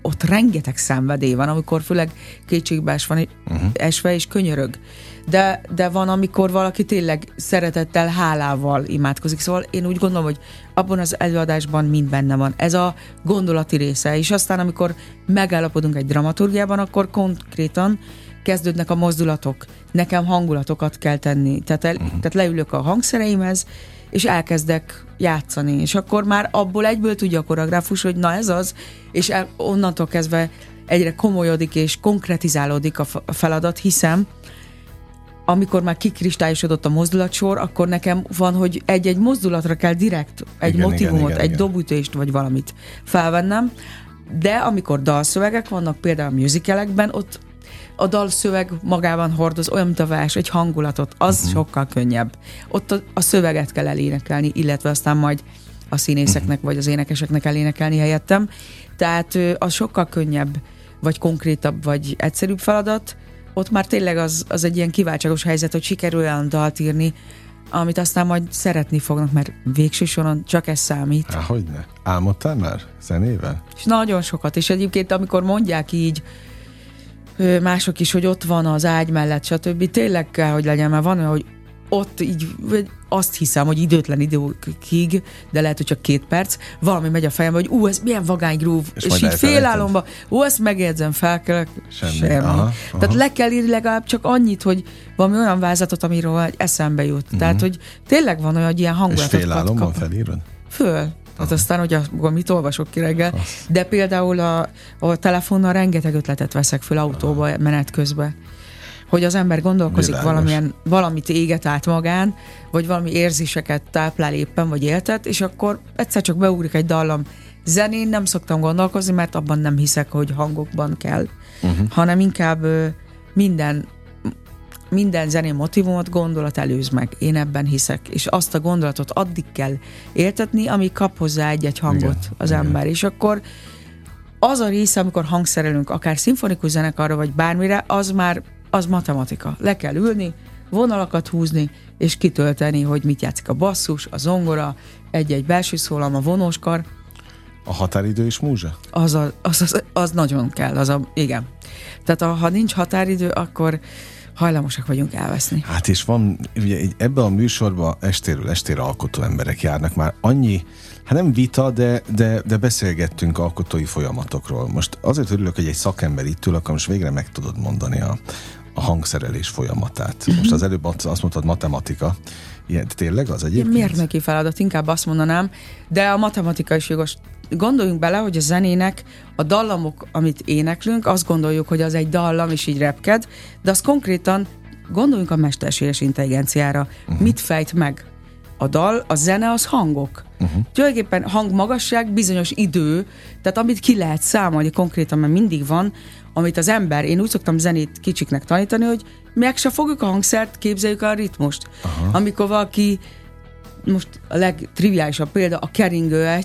S3: ott rengeteg szenvedély van, amikor főleg kétségbees van esve és könyörög. De van, amikor valaki tényleg szeretettel, hálával imádkozik. Szóval én úgy gondolom, hogy abban az előadásban mind benne van. Ez a gondolati része. És aztán, amikor megállapodunk egy dramaturgiában, akkor konkrétan kezdődnek a mozdulatok. Nekem hangulatokat kell tenni. Tehát leülök a hangszereimhez, és elkezdek játszani. És akkor már abból egyből tudja a koreográfus, hogy na ez az, és onnantól kezdve egyre komolyodik és konkretizálódik a feladat, hiszem, amikor már kikristályosodott a mozdulatsor, akkor nekem van, hogy egy mozdulatra kell direkt egy motivumot, egy dobütést vagy valamit felvennem, de amikor dalszövegek vannak, például a musicalekben, ott a dalszöveg magában hordoz olyan, mint a vers, egy hangulatot, az sokkal könnyebb. Ott a szöveget kell elénekelni, illetve aztán majd a színészeknek vagy az énekeseknek elénekelni helyettem. Tehát az sokkal könnyebb, vagy konkrétabb, vagy egyszerűbb feladat. Ott már tényleg az egy ilyen kiváltságos helyzet, hogy sikerül olyan dalt írni, amit aztán majd szeretni fognak, mert végső soron csak ez számít.
S2: Hogyne? Álmodtál már zenével?
S3: És nagyon sokat, és egyébként amikor mondják így mások is, hogy ott van az ágy mellett, stb. Tényleg kell, hogy legyen, mert van olyan, hogy ott így azt hiszem, hogy időtlen időkig, de lehet, hogy csak 2 perc, valami megy a fejembe, hogy ez milyen vagány groove, és így félálomba, ezt megjegyzem, felkelek, semmi. Tehát le kell írni legalább csak annyit, hogy valami olyan vázatot, amiről eszembe jut. Tehát, hogy tényleg van olyan, hogy ilyen hangulatot.
S2: És félálomban felírod?
S3: Föl. Hát aztán, hogy mit olvasok ki reggel. De például a telefonnal rengeteg ötletet veszek föl autóba menet közben. Hogy az ember gondolkozik valamit éget át magán, vagy valami érzéseket táplál éppen, vagy éltet, és akkor egyszer csak beugrik egy dallam. Zenén nem szoktam gondolkozni, mert abban nem hiszek, hogy hangokban kell, hanem inkább minden zenén motivumot gondolat előz meg. Én ebben hiszek. És azt a gondolatot addig kell éltetni, amíg kap hozzá egy hangot az ember. És akkor az a része, amikor hangszerelünk, akár szimfonikus zenekarra, vagy bármire, az matematika. Le kell ülni, vonalakat húzni, és kitölteni, hogy mit játszik a basszus, a zongora, egy-egy belső szólam, a vonóskar.
S2: A határidő is múzsa?
S3: Az nagyon kell, igen. Tehát ha nincs határidő, akkor hajlamosak vagyunk elveszni.
S2: Hát és van, ugye ebben a műsorban estéről estére alkotó emberek járnak, már annyi, nem vita, de beszélgettünk alkotói folyamatokról. Most azért örülök, hogy egy szakember itt ül, akkor most végre meg tudod mondani a hangszerelés folyamatát. Most az előbb azt mondtad, matematika. Ilyen, tényleg az egyébként?
S3: Mérnöki feladat, inkább azt mondanám, de a matematika is jogos. Gondoljunk bele, hogy a zenének a dallamok, amit éneklünk, azt gondoljuk, hogy az egy dallam, és így repked, de az konkrétan gondoljunk a mesterséges intelligenciára. Mit fejt meg? A dal, a zene, az hangok. Tulajdonképpen hangmagasság, bizonyos idő, tehát amit ki lehet számolni konkrétan, mert mindig van, amit az ember, én úgy szoktam zenét kicsiknek tanítani, hogy meg se fogjuk a hangszert, képzeljük a ritmust. Amikor valaki, most a legtriviálisabb példa, a keringő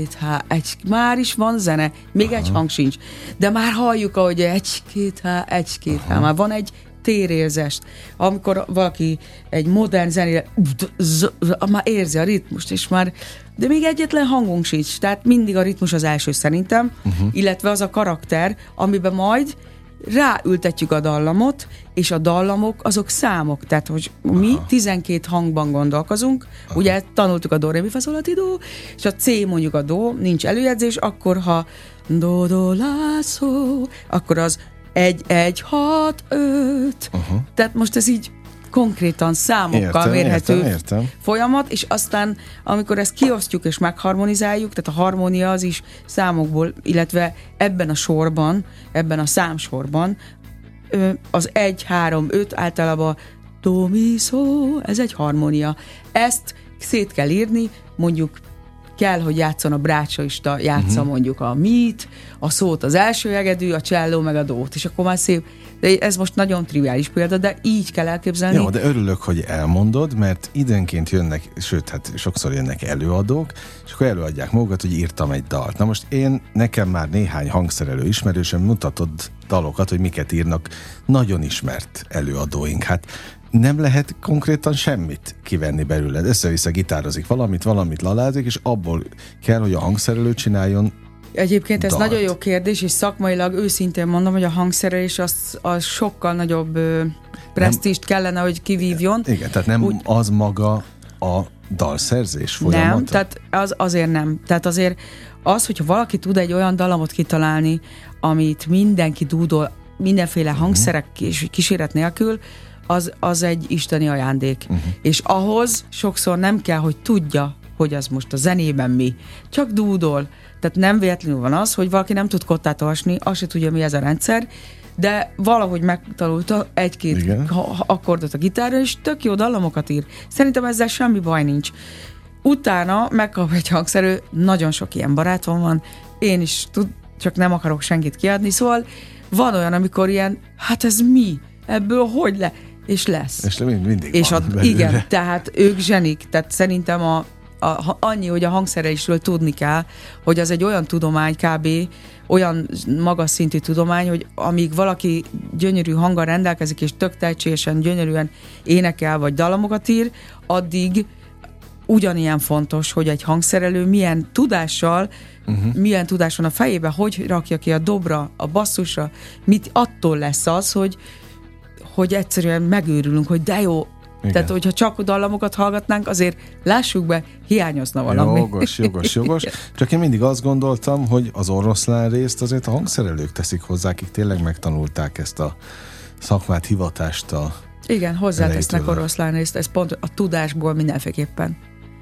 S3: már is van zene, még egy hang sincs, de már halljuk, ahogy egy-két H, már van egy térérzést. Amikor valaki egy modern zenére már érzi a ritmust, és már, de még egyetlen hangunk sincs, tehát mindig a ritmus az első szerintem, illetve az a karakter, amiben majd ráültetjük a dallamot, és a dallamok azok számok, tehát hogy mi 12 hangban gondolkozunk, ugye tanultuk a do, ré, mi, fa, szol, la, ti, do, és a C mondjuk a do, nincs előjegyzés, akkor ha do, do, la, szó, akkor az 1, 6, 5. Tehát most ez így konkrétan számokkal mérhető folyamat, és aztán amikor ezt kiosztjuk és megharmonizáljuk, tehát a harmónia az is számokból, illetve ebben a sorban, ebben a számsorban az 1, 3, 5 általában do, mi, szó, ez egy harmónia. Ezt szét kell írni, mondjuk kell, hogy játszon a brácsaista, játsza mondjuk a mit, a szót az első egedű, a cselló meg a dót, és akkor már szép. De ez most nagyon triviális példa, de így kell elképzelni.
S2: Jó, de örülök, hogy elmondod, mert időnként jönnek, sőt, hát sokszor jönnek előadók, és akkor előadják magukat, hogy írtam egy dalt. Na most nekem már néhány hangszerelő ismerősöm mutatod dalokat, hogy miket írnak nagyon ismert előadóink. Hát nem lehet konkrétan semmit kivenni belőled. Össze-vissza gitározik valamit lalázik, és abból kell, hogy a hangszerelő csináljon
S3: Egyébként ez
S2: dalt?
S3: nagyon jó kérdés, és szakmailag őszintén mondom, hogy a hangszerelés az sokkal nagyobb presztízst kellene, hogy kivívjon.
S2: Igen, tehát nem az maga a dalszerzés folyamata?
S3: Nem, tehát azért nem. Tehát azért az, hogyha valaki tud egy olyan dallamot kitalálni, amit mindenki dúdol, mindenféle hangszerek és kíséret nélkül, az egy isteni ajándék. És ahhoz sokszor nem kell, hogy tudja, hogy az most a zenében mi. Csak dúdol. Tehát nem véletlenül van az, hogy valaki nem tud kottát olvasni, azt se tudja, mi ez a rendszer, de valahogy megtanulta egy-két akkordot a gitárra, és tök jó dallamokat ír. Szerintem ezzel semmi baj nincs. Utána megkap egy hangszerű, nagyon sok ilyen barátom van, én is csak nem akarok senkit kiadni, szóval van olyan, amikor ilyen, hát ez mi? Ebből hogy és lesz.
S2: És mindig
S3: és
S2: van
S3: igen, tehát ők zsenik, tehát szerintem annyi, hogy a hangszerelésről tudni kell, hogy az egy olyan tudomány kb., olyan magas szintű tudomány, hogy amíg valaki gyönyörű hanggal rendelkezik, és tök tehetségesen, gyönyörűen énekel, vagy dallamokat ír, addig ugyanilyen fontos, hogy egy hangszerelő milyen tudással, milyen tudás van a fejében, hogy rakja ki a dobra, a basszusra, mit attól lesz az, hogy egyszerűen megőrülünk, hogy de jó. Igen. Tehát, hogyha csak dallamokat hallgatnánk, azért lássuk be, hiányozna valami.
S2: Jogos. Csak én mindig azt gondoltam, hogy az oroszlán részt azért a hangszerelők teszik hozzá, akik tényleg megtanulták ezt a szakmát, hivatást
S3: igen, hozzátesznek oroszlán részt, ez pont a tudásból mindenféleképpen.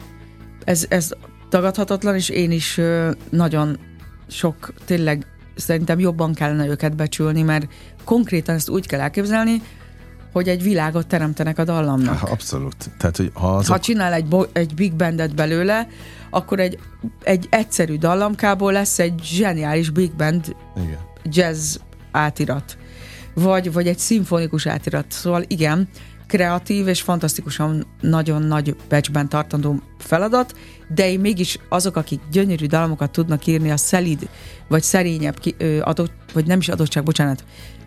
S3: Ez tagadhatatlan, és én is nagyon sok, tényleg szerintem jobban kellene őket becsülni, mert konkrétan ezt úgy kell elképzelni, hogy egy világot teremtenek a dallamnak.
S2: Abszolút. Tehát, hogy
S3: ha csinál egy big bandet belőle, akkor egy egyszerű dallamkából lesz egy zseniális big band jazz átirat. Vagy egy szimfonikus átirat. Szóval igen, kreatív és fantasztikusan nagyon nagy becsben tartandó feladat, de én mégis azok, akik gyönyörű dalamokat tudnak írni a szelíd, vagy szerényebb vagy nem is adottság, bocsánat,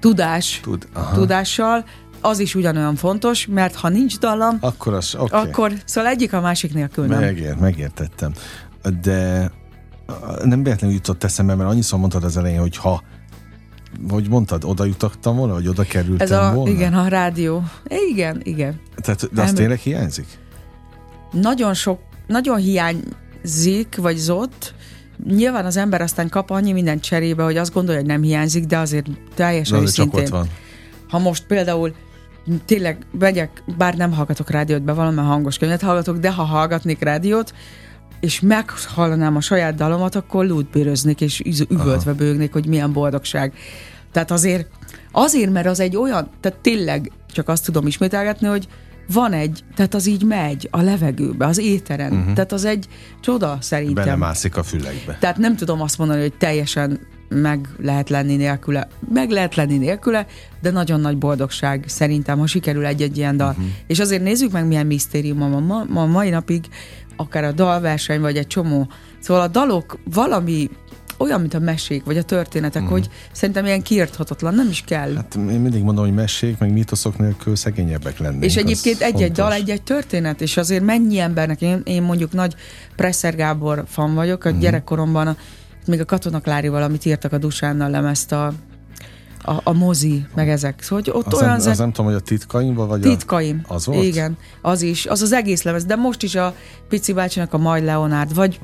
S3: tudással, az is ugyanolyan fontos, mert ha nincs dallam,
S2: akkor
S3: szóval egyik a másik nélkül nem.
S2: Megértettem. De nem véletlenül jutott eszembe, mert annyiszor mondtad az elején, hogy hogy mondtad, oda jutottam volna, vagy oda kerültem volna?
S3: Igen, a rádió. Igen.
S2: Tehát, de az tényleg hiányzik?
S3: Nagyon hiányzik, vagy zott. Nyilván az ember aztán kap annyi mindent cserébe, hogy azt gondolja, hogy nem hiányzik, de azért teljesen őszintén.
S2: Csak ott van.
S3: Ha most például tényleg megyek, bár nem hallgatok rádiót, bevallom, mert hangos könyvet hallgatok, de ha hallgatnék rádiót, és meghallanám a saját dalomat, akkor lútbéröznék, és üvöltve bőgnék, hogy milyen boldogság. Tehát azért, mert az egy olyan, tehát tényleg csak azt tudom ismételgetni, hogy van tehát az így megy a levegőbe, az éteren. Tehát az egy csoda szerintem.
S2: Belemászik a fülekbe.
S3: Tehát nem tudom azt mondani, hogy teljesen meg lehet lenni nélküle, de nagyon nagy boldogság szerintem, ha sikerül egy-egy ilyen dal. És azért nézzük meg, milyen misztérium a mai napig, akár a dalverseny, vagy egy csomó. Szóval a dalok valami olyan, mint a mesék, vagy a történetek, hogy szerintem ilyen kiirthatatlan, nem is kell.
S2: Hát én mindig mondom, hogy mesék, meg mítoszok nélkül szegényebbek lennénk.
S3: És egyébként egy-egy dal, egy-egy történet, és azért mennyi embernek, én mondjuk nagy Presser Gábor fan vagyok, a gyerekkoromban még a Katona Klárival, amit írtak a Dusánnal lemezt a mozi, meg ezek. Szóval, hogy ott
S2: az nem tudom, hogy a Titkaimban, vagy
S3: Titkaim.
S2: Az volt?
S3: Igen, az is. Az egész lemez, de most is a Pici bácsinak a Majd Leonárd, vagy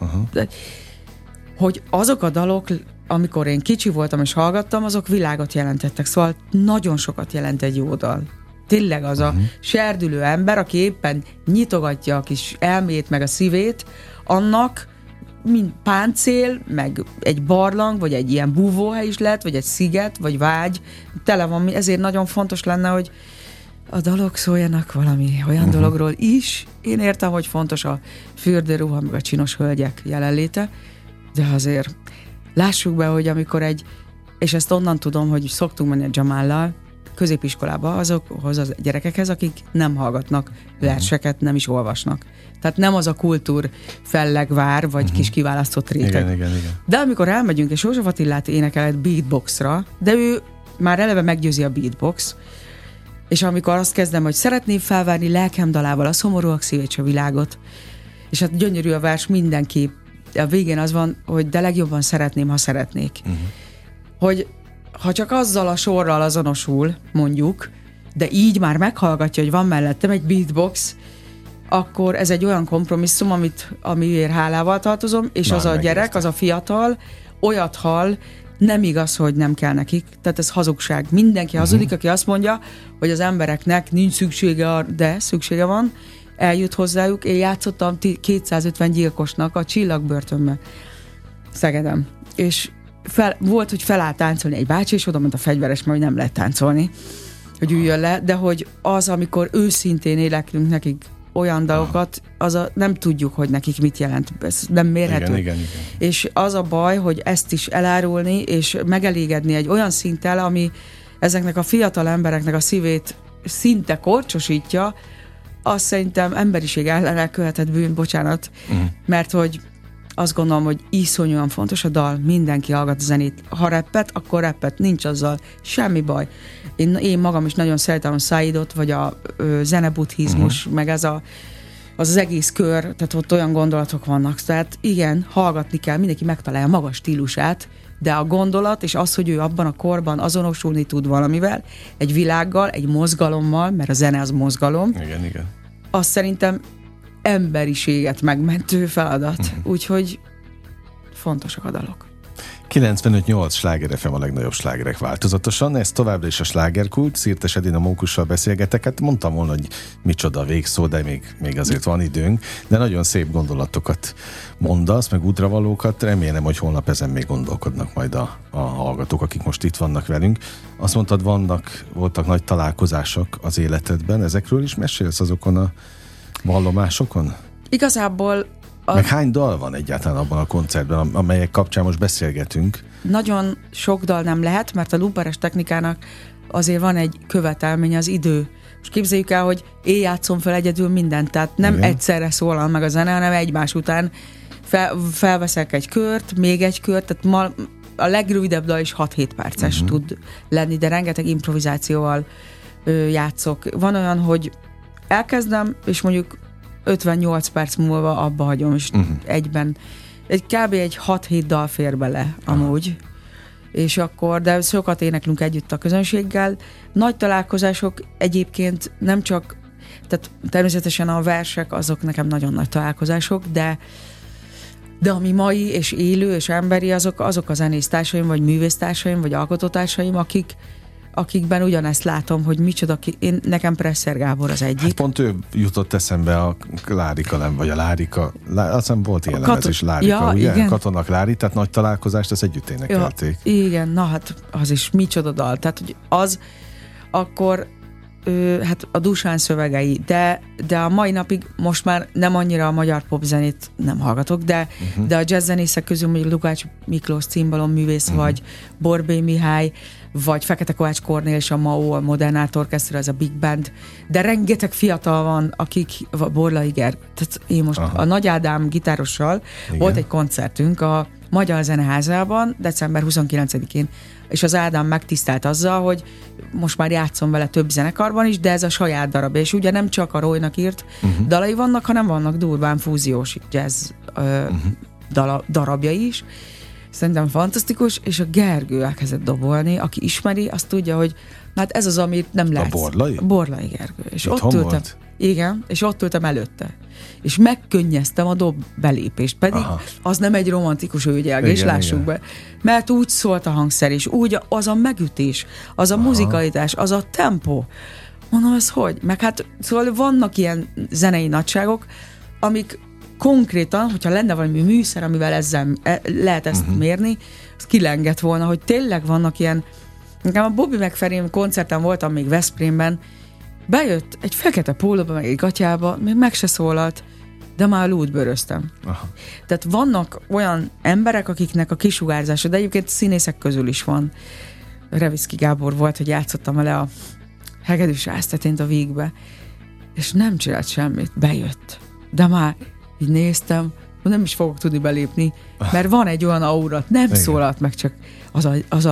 S3: hogy azok a dalok, amikor én kicsi voltam és hallgattam, azok világot jelentettek. Szóval nagyon sokat jelent egy jó dal. Tényleg az a serdülő ember, aki éppen nyitogatja a kis elmét, meg a szívét, annak mint páncél, meg egy barlang, vagy egy ilyen búvóhely is lehet, vagy egy sziget, vagy vágy, tele van, ezért nagyon fontos lenne, hogy a dalok szóljanak valami olyan dologról is. Én értem, hogy fontos a fürdőruha, meg a csinos hölgyek jelenléte, de azért lássuk be, hogy amikor és ezt onnan tudom, hogy szoktunk menni a Jamállal középiskolába azokhoz a gyerekekhez, akik nem hallgatnak verseket, nem is olvasnak. Tehát nem az a kultúr fellegvár, vagy kis kiválasztott réteg.
S2: Igen.
S3: De amikor elmegyünk, és József Attilát énekel egy beatboxra, de ő már eleve meggyőzi a beatbox, és amikor azt kezdem, hogy szeretném felvárni lelkem dalával a szomorúak szívét, a világot, és hát gyönyörű a vers, mindenki a végén az van, hogy de legjobban szeretném, ha szeretnék. Hogy ha csak azzal a sorral azonosul, mondjuk, de így már meghallgatja, hogy van mellettem egy beatbox, akkor ez egy olyan kompromisszum, amiért hálával tartozom, és már az a gyerek, az a fiatal, olyat hall, nem igaz, hogy nem kell nekik. Tehát ez hazugság. Mindenki hazudik, aki azt mondja, hogy az embereknek nincs szüksége, de szüksége van, eljut hozzájuk. Én játszottam 250 gyilkosnak a Csillagbörtönben Szegeden. És volt, hogy felállt táncolni egy bácsi, és oda ment a fegyveres, mert nem lehet táncolni, hogy üljön le, de hogy az, amikor őszintén éneklünk nekik olyan dalokat, nem tudjuk, hogy nekik mit jelent. Ez nem mérhető.
S2: Igen.
S3: És az a baj, hogy ezt is elárulni, és megelégedni egy olyan szinttel, ami ezeknek a fiatal embereknek a szívét szinte korcsosítja, azt szerintem emberiség ellen elkövetett bűn, bocsánat, mert hogy azt gondolom, hogy iszonyúan fontos a dal, mindenki hallgat a zenét. Ha rappet, akkor rappet, nincs azzal semmi baj. Én magam is nagyon szeretem a Saidot, vagy a zenebuddhizmus, meg az egész kör, tehát ott olyan gondolatok vannak. Tehát igen, hallgatni kell, mindenki megtalálja a maga stílusát, de a gondolat, és az, hogy ő abban a korban azonosulni tud valamivel, egy világgal, egy mozgalommal, mert a zene az mozgalom.
S2: Igen.
S3: Azt szerintem emberiséget megmentő feladat. Úgyhogy fontosak a dalok.
S2: 95-8 Sláger FM a legnagyobb slágerek változatosan. Ez továbbra is a slágerkult. Szirtes Edina Mókussal beszélgetek. Hát mondtam volna, hogy micsoda végszó, de még azért van időnk. De nagyon szép gondolatokat mondasz, meg útravalókat. Remélem, hogy holnap ezen még gondolkodnak majd a hallgatók, akik most itt vannak velünk. Azt mondtad, voltak nagy találkozások az életedben. Ezekről is mesélsz azokon a vallomásokon?
S3: Igazából
S2: meg hány dal van egyáltalán abban a koncertben, amelyek kapcsán most beszélgetünk?
S3: Nagyon sok dal nem lehet, mert a looperes technikának azért van egy követelmény, az idő. Most képzeljük el, hogy én játszom fel egyedül mindent, tehát nem egyszerre szólal meg a zene, hanem egymás után felveszek egy kört, még egy kört, tehát ma a legrövidebb dal is 6-7 perces tud lenni, de rengeteg improvizációval játszok. Van olyan, hogy elkezdem, és mondjuk 58 perc múlva abba hagyom, és egyben kb. Egy 6-7 dal fér bele amúgy. És akkor, de sokat éneklünk együtt a közönséggel. Nagy találkozások egyébként nem csak, tehát természetesen a versek azok nekem nagyon nagy találkozások, de ami mai és élő és emberi, azok a zenésztársaim, vagy művésztársaim, vagy alkotótársaim, akikben ugyanezt látom, hogy micsoda, nekem Presser Gábor az egyik.
S2: Hát pont ő jutott eszembe a Lárika, vagy a Lárika, azt hiszem volt ilyen lemez is, Lárika, ugye? Igen. Katonak Lári, tehát nagy találkozást, ezt együtt énekelték.
S3: Ja, igen, na hát az is micsoda dal, tehát hogy az akkor hát a Dusán szövegei, de a mai napig most már nem annyira a magyar popzenét nem hallgatok, de a jazzzenészek közül mondjuk Lukács Miklós cimbalom művész, vagy Borbély Mihály, vagy Fekete Kovács Kornél és a MAO, a Modern Art Orchestra, ez a Big Band, de rengeteg fiatal van, akik Borlai Gergő, tehát én most a Nagy Ádám gitárossal volt egy koncertünk a Magyar Zeneházában december 29-én, és az Ádám megtisztelt azzal, hogy most már játszom vele több zenekarban is, de ez a saját darab, és ugye nem csak a Roynak írt dalai vannak, hanem vannak durván fúziós jazz darabjai is. Szerintem fantasztikus, és a Gergő elkezdett dobolni, aki ismeri, azt tudja, hogy hát ez az, amit nem látsz.
S2: A Borlai?
S3: Borlai Gergő. És ott ültem. Igen, és ott ültem előtte. És megkönnyeztem a dob belépést, pedig az nem egy romantikus őgyelgés, lássuk be. Mert úgy szólt a hangszer, és úgy az a megütés, az a muzikalitás, az a tempó. Mondom, ez hogy? Meg hát szóval vannak ilyen zenei nagyságok, amik konkrétan, hogyha lenne valami műszer, amivel ezzel lehet ezt mérni, az kilengett volna, hogy tényleg vannak ilyen. Nekem a Bobby McFerrin koncerten voltam még Veszprémben, bejött egy fekete pólóba, meg egy gatyába, még meg se szólalt, de már lútbőröztem. Tehát vannak olyan emberek, akiknek a kisugárzása, de egyébként színészek közül is van. Revicki Gábor volt, hogy játszottam vele a Hegedűs Áztetént a Vígbe, és nem csinált semmit, bejött. De már így néztem, nem is fogok tudni belépni, mert van egy olyan aura, nem szólalt meg, csak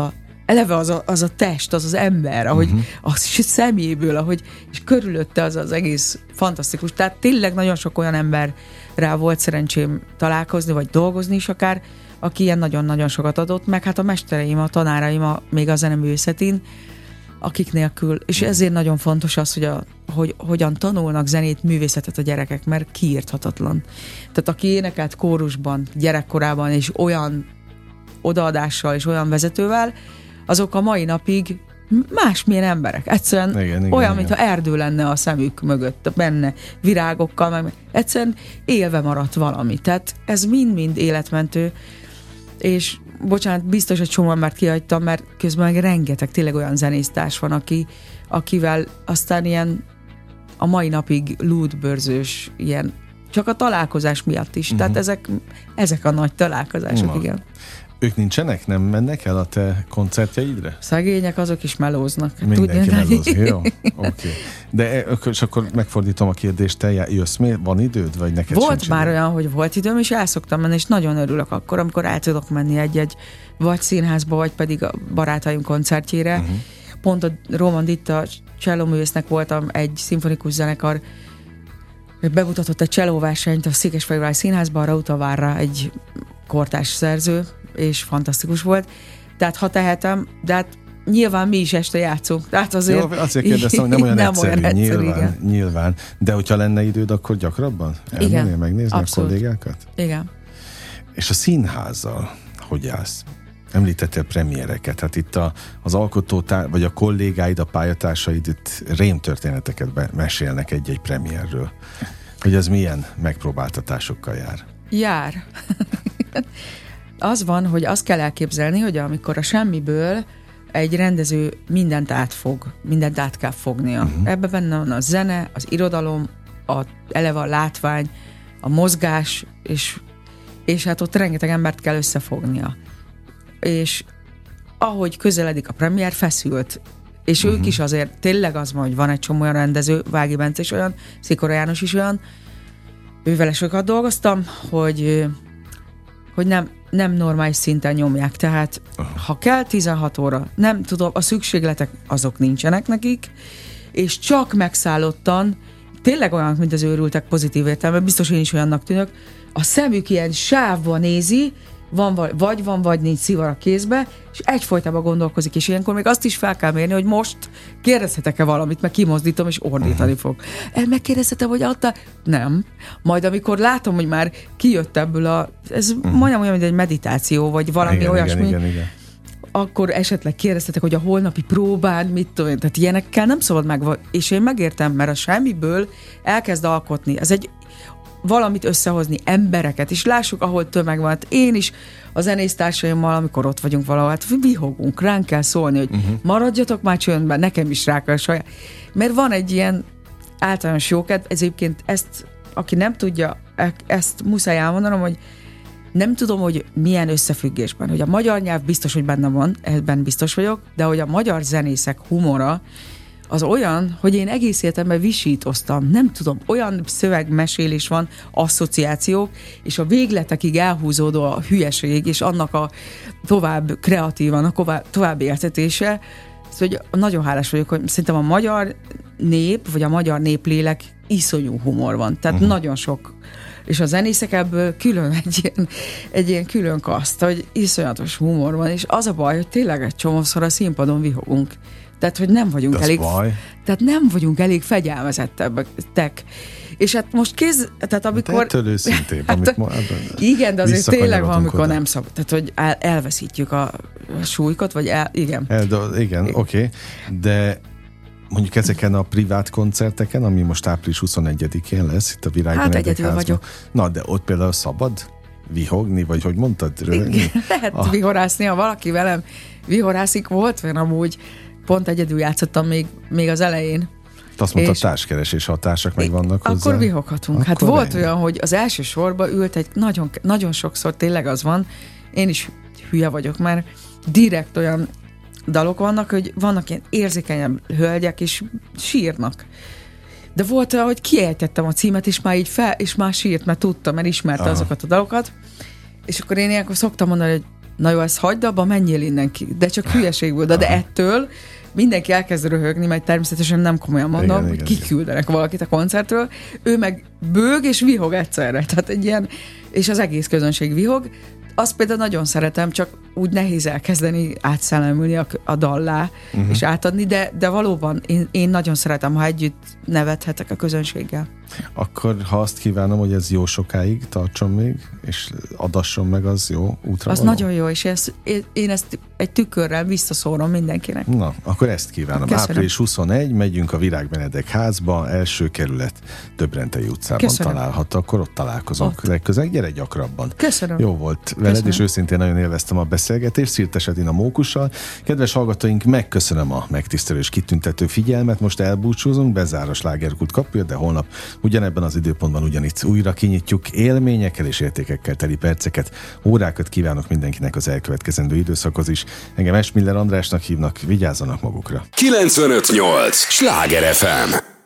S3: eleve az a test, az ember, ahogy a szeméből, ahogy, és körülötte az egész fantasztikus. Tehát tényleg nagyon sok olyan emberrel volt szerencsém találkozni, vagy dolgozni is akár, aki ilyen nagyon-nagyon sokat adott, meg hát a mestereim, a tanáraim még a zeneművészetén, akik nélkül, és ezért nagyon fontos az, hogy hogyan tanulnak zenét, művészetet a gyerekek, mert kiírthatatlan. Tehát aki énekelt kórusban, gyerekkorában, és olyan odaadással, és olyan vezetővel, azok a mai napig másmilyen emberek. Egyszerűen olyan, mintha erdő lenne a szemük mögött, benne virágokkal, meg egyszerűen élve maradt valami. Tehát ez mind-mind életmentő, és bocsánat, biztos, hogy csomó embert kihagytam, mert közben meg rengeteg tényleg olyan zenésztárs van, akivel aztán ilyen a mai napig lúdbörzős, ilyen csak a találkozás miatt is. Tehát ezek a nagy találkozások, igen.
S2: Ők nincsenek? Nem mennek el a te koncertjeidre?
S3: Szegények, azok is melóznak.
S2: Mindenki melózik, jó? Oké. De és akkor megfordítom a kérdést, te jössz még? Van időd, vagy neked
S3: volt már olyan, hogy volt időm, és el szoktam menni, és nagyon örülök akkor, amikor el tudok menni egy-egy vagy színházba, vagy pedig a barátaim koncertjére. Pont a Róman Ditta csellóművésznek voltam, egy szimfonikus zenekar bemutatott egy csellóversenyt a Székesfehérvári Színházban, a Rautavárra, egy kortárs szerző, és fantasztikus volt. Tehát ha tehetem, de hát nyilván mi is este játszunk. Tehát azért,
S2: jó, azért kérdeztem, hogy nem olyan egyszerű, nyilván. De hogyha lenne időd, akkor gyakrabban elmennél megnézni abszolút a kollégákat?
S3: Igen.
S2: És a színházzal hogy állsz? Említettél premiereket, hát itt az alkotótár, vagy a kollégáid, a pályatársaid itt rémtörténeteket mesélnek egy-egy premierről. Hogy ez milyen megpróbáltatásokkal jár?
S3: Jár. Az van, hogy azt kell elképzelni, hogy amikor a semmiből egy rendező mindent átfog, mindent át kell fognia. Ebben benne van a zene, az irodalom, eleve a látvány, a mozgás, és hát ott rengeteg embert kell összefognia. És ahogy közeledik a premier, feszült. És ők is azért, tényleg az van, hogy van egy csomó olyan rendező, Vági Bence is olyan, Szikora János is olyan, ővele sokat dolgoztam, hogy nem normális szinten nyomják. Tehát ha kell 16 óra, nem tudom, a szükségletek azok nincsenek nekik, és csak megszállottan, tényleg olyan, mint az őrültek pozitív értelemben, biztos én is olyannak tűnök, a szemük ilyen sávba nézi, vagy nincs szivar a kézbe, és egyfolytában gondolkozik, és ilyenkor még azt is fel kell mérni, hogy most kérdezhetek-e valamit, meg kimozdítom, és ordítani fog. Megkérdezhetem, hogy adta? Nem. Majd amikor látom, hogy már kijött ebből ez majdnem olyan, mint egy meditáció, vagy valami olyasmi, igen. Akkor esetleg kérdeztetek, hogy a holnapi próbán mit tudom én, tehát ilyenekkel nem szabad és én megértem, mert a semmiből elkezd alkotni. Ez egy valamit összehozni, embereket, és lássuk, ahol tömeg van. Hát én is a zenésztársaimmal, amikor ott vagyunk valahol, hát vihogunk, ránk kell szólni, hogy maradjatok már csöndben, nekem is rá kell saját. Mert van egy ilyen általános jókedv, egyébként ezt, aki nem tudja, ezt muszáj elmondanom, hogy nem tudom, hogy milyen összefüggésben, hogy a magyar nyelv biztos, hogy benne van, ebben biztos vagyok, de hogy a magyar zenészek humora az olyan, hogy én egész életemben visítoztam. Nem tudom, olyan szövegmesélés van, asszociációk, és a végletekig elhúzódó a hülyeség, és annak a tovább kreatívan, a tovább értetése. Szóval nagyon hálás vagyok, hogy szerintem a magyar nép, vagy a magyar néplélek iszonyú humor van. Tehát nagyon sok. És a zenészek ebből külön egy ilyen külön kaszt, hogy iszonyatos humor van, és az a baj, hogy tényleg egy csomószor a színpadon vihogunk. Tehát, hogy nem vagyunk nem vagyunk elég fegyelmezettek. És hát most tehát amikor...
S2: Ettől őszintén,
S3: igen, de azért tényleg van, amikor nem szabad. Tehát, hogy elveszítjük a súlykot, vagy igen.
S2: Igen, oké. De mondjuk ezeken a privát koncerteken, ami most április 21-én lesz, itt a Virágban.
S3: Hát egyedül vagyok.
S2: Na, de ott például szabad vihogni, vagy hogy mondtad? Röhögni?
S3: Lehet vihorászni, ha valaki velem vihorászik, volt, mert amúgy pont egyedül játszottam még az elején.
S2: Azt mondta, társkeresés, ha a társak meg vannak hozzá.
S3: Akkor vihoghatunk. Hát volt olyan, hogy az első sorba ült egy nagyon, nagyon sokszor tényleg az van, én is hülye vagyok, mert direkt olyan dalok vannak, hogy vannak ilyen érzékenyebb hölgyek, és sírnak. De volt olyan, hogy kiejtettem a címet, és már és már sírt, mert tudtam, mert ismerte azokat a dalokat, és akkor én ilyenkor szoktam mondani, hogy na jó, ezt hagyd abba, menjél innen ki. De csak hülyeség volt, de ettől mindenki elkezd röhögni, majd természetesen nem komolyan mondom, hogy kiküldenek valakit a koncertről, ő meg bőg és vihog egyszerre, tehát egy ilyen, és az egész közönség vihog. Azt például nagyon szeretem, csak úgy nehéz elkezdeni átszellemülni a dallá, és átadni, de valóban én nagyon szeretem, ha együtt nevethetek a közönséggel.
S2: Akkor, ha azt kívánom, hogy ez jó sokáig tartson még, és adasson meg, az jó útra
S3: az
S2: való?
S3: Nagyon jó, és én ezt egy tükörrel visszaszórom mindenkinek.
S2: Na, akkor ezt kívánom.
S3: Köszönöm.
S2: Április 21, megyünk a Virág Benedek házba, első kerület, Döbrentei utcában
S3: Köszönöm.
S2: található, akkor ott találkozunk legközelebb. Gyere gyakrabban.
S3: Köszönöm.
S2: Jó volt veled,
S3: Köszönöm.
S2: és őszintén nagyon élveztem a beszélgetést Szirtes Edina Mókussal. Kedves hallgatóink, megköszönöm a megtisztelő és kitüntető figyelmet, most elbúcsúzunk, bezár a Slágerkult kapuja, de holnap ugyanebben az időpontban ugyanitt újra kinyitjuk élményekkel és értékekkel teli perceket. Órákat kívánok mindenkinek az elkövetkezendő időszakhoz is. Engem Esmiller Andrásnak hívnak, vigyázzanak magukra.
S1: 95.8 Sláger FM.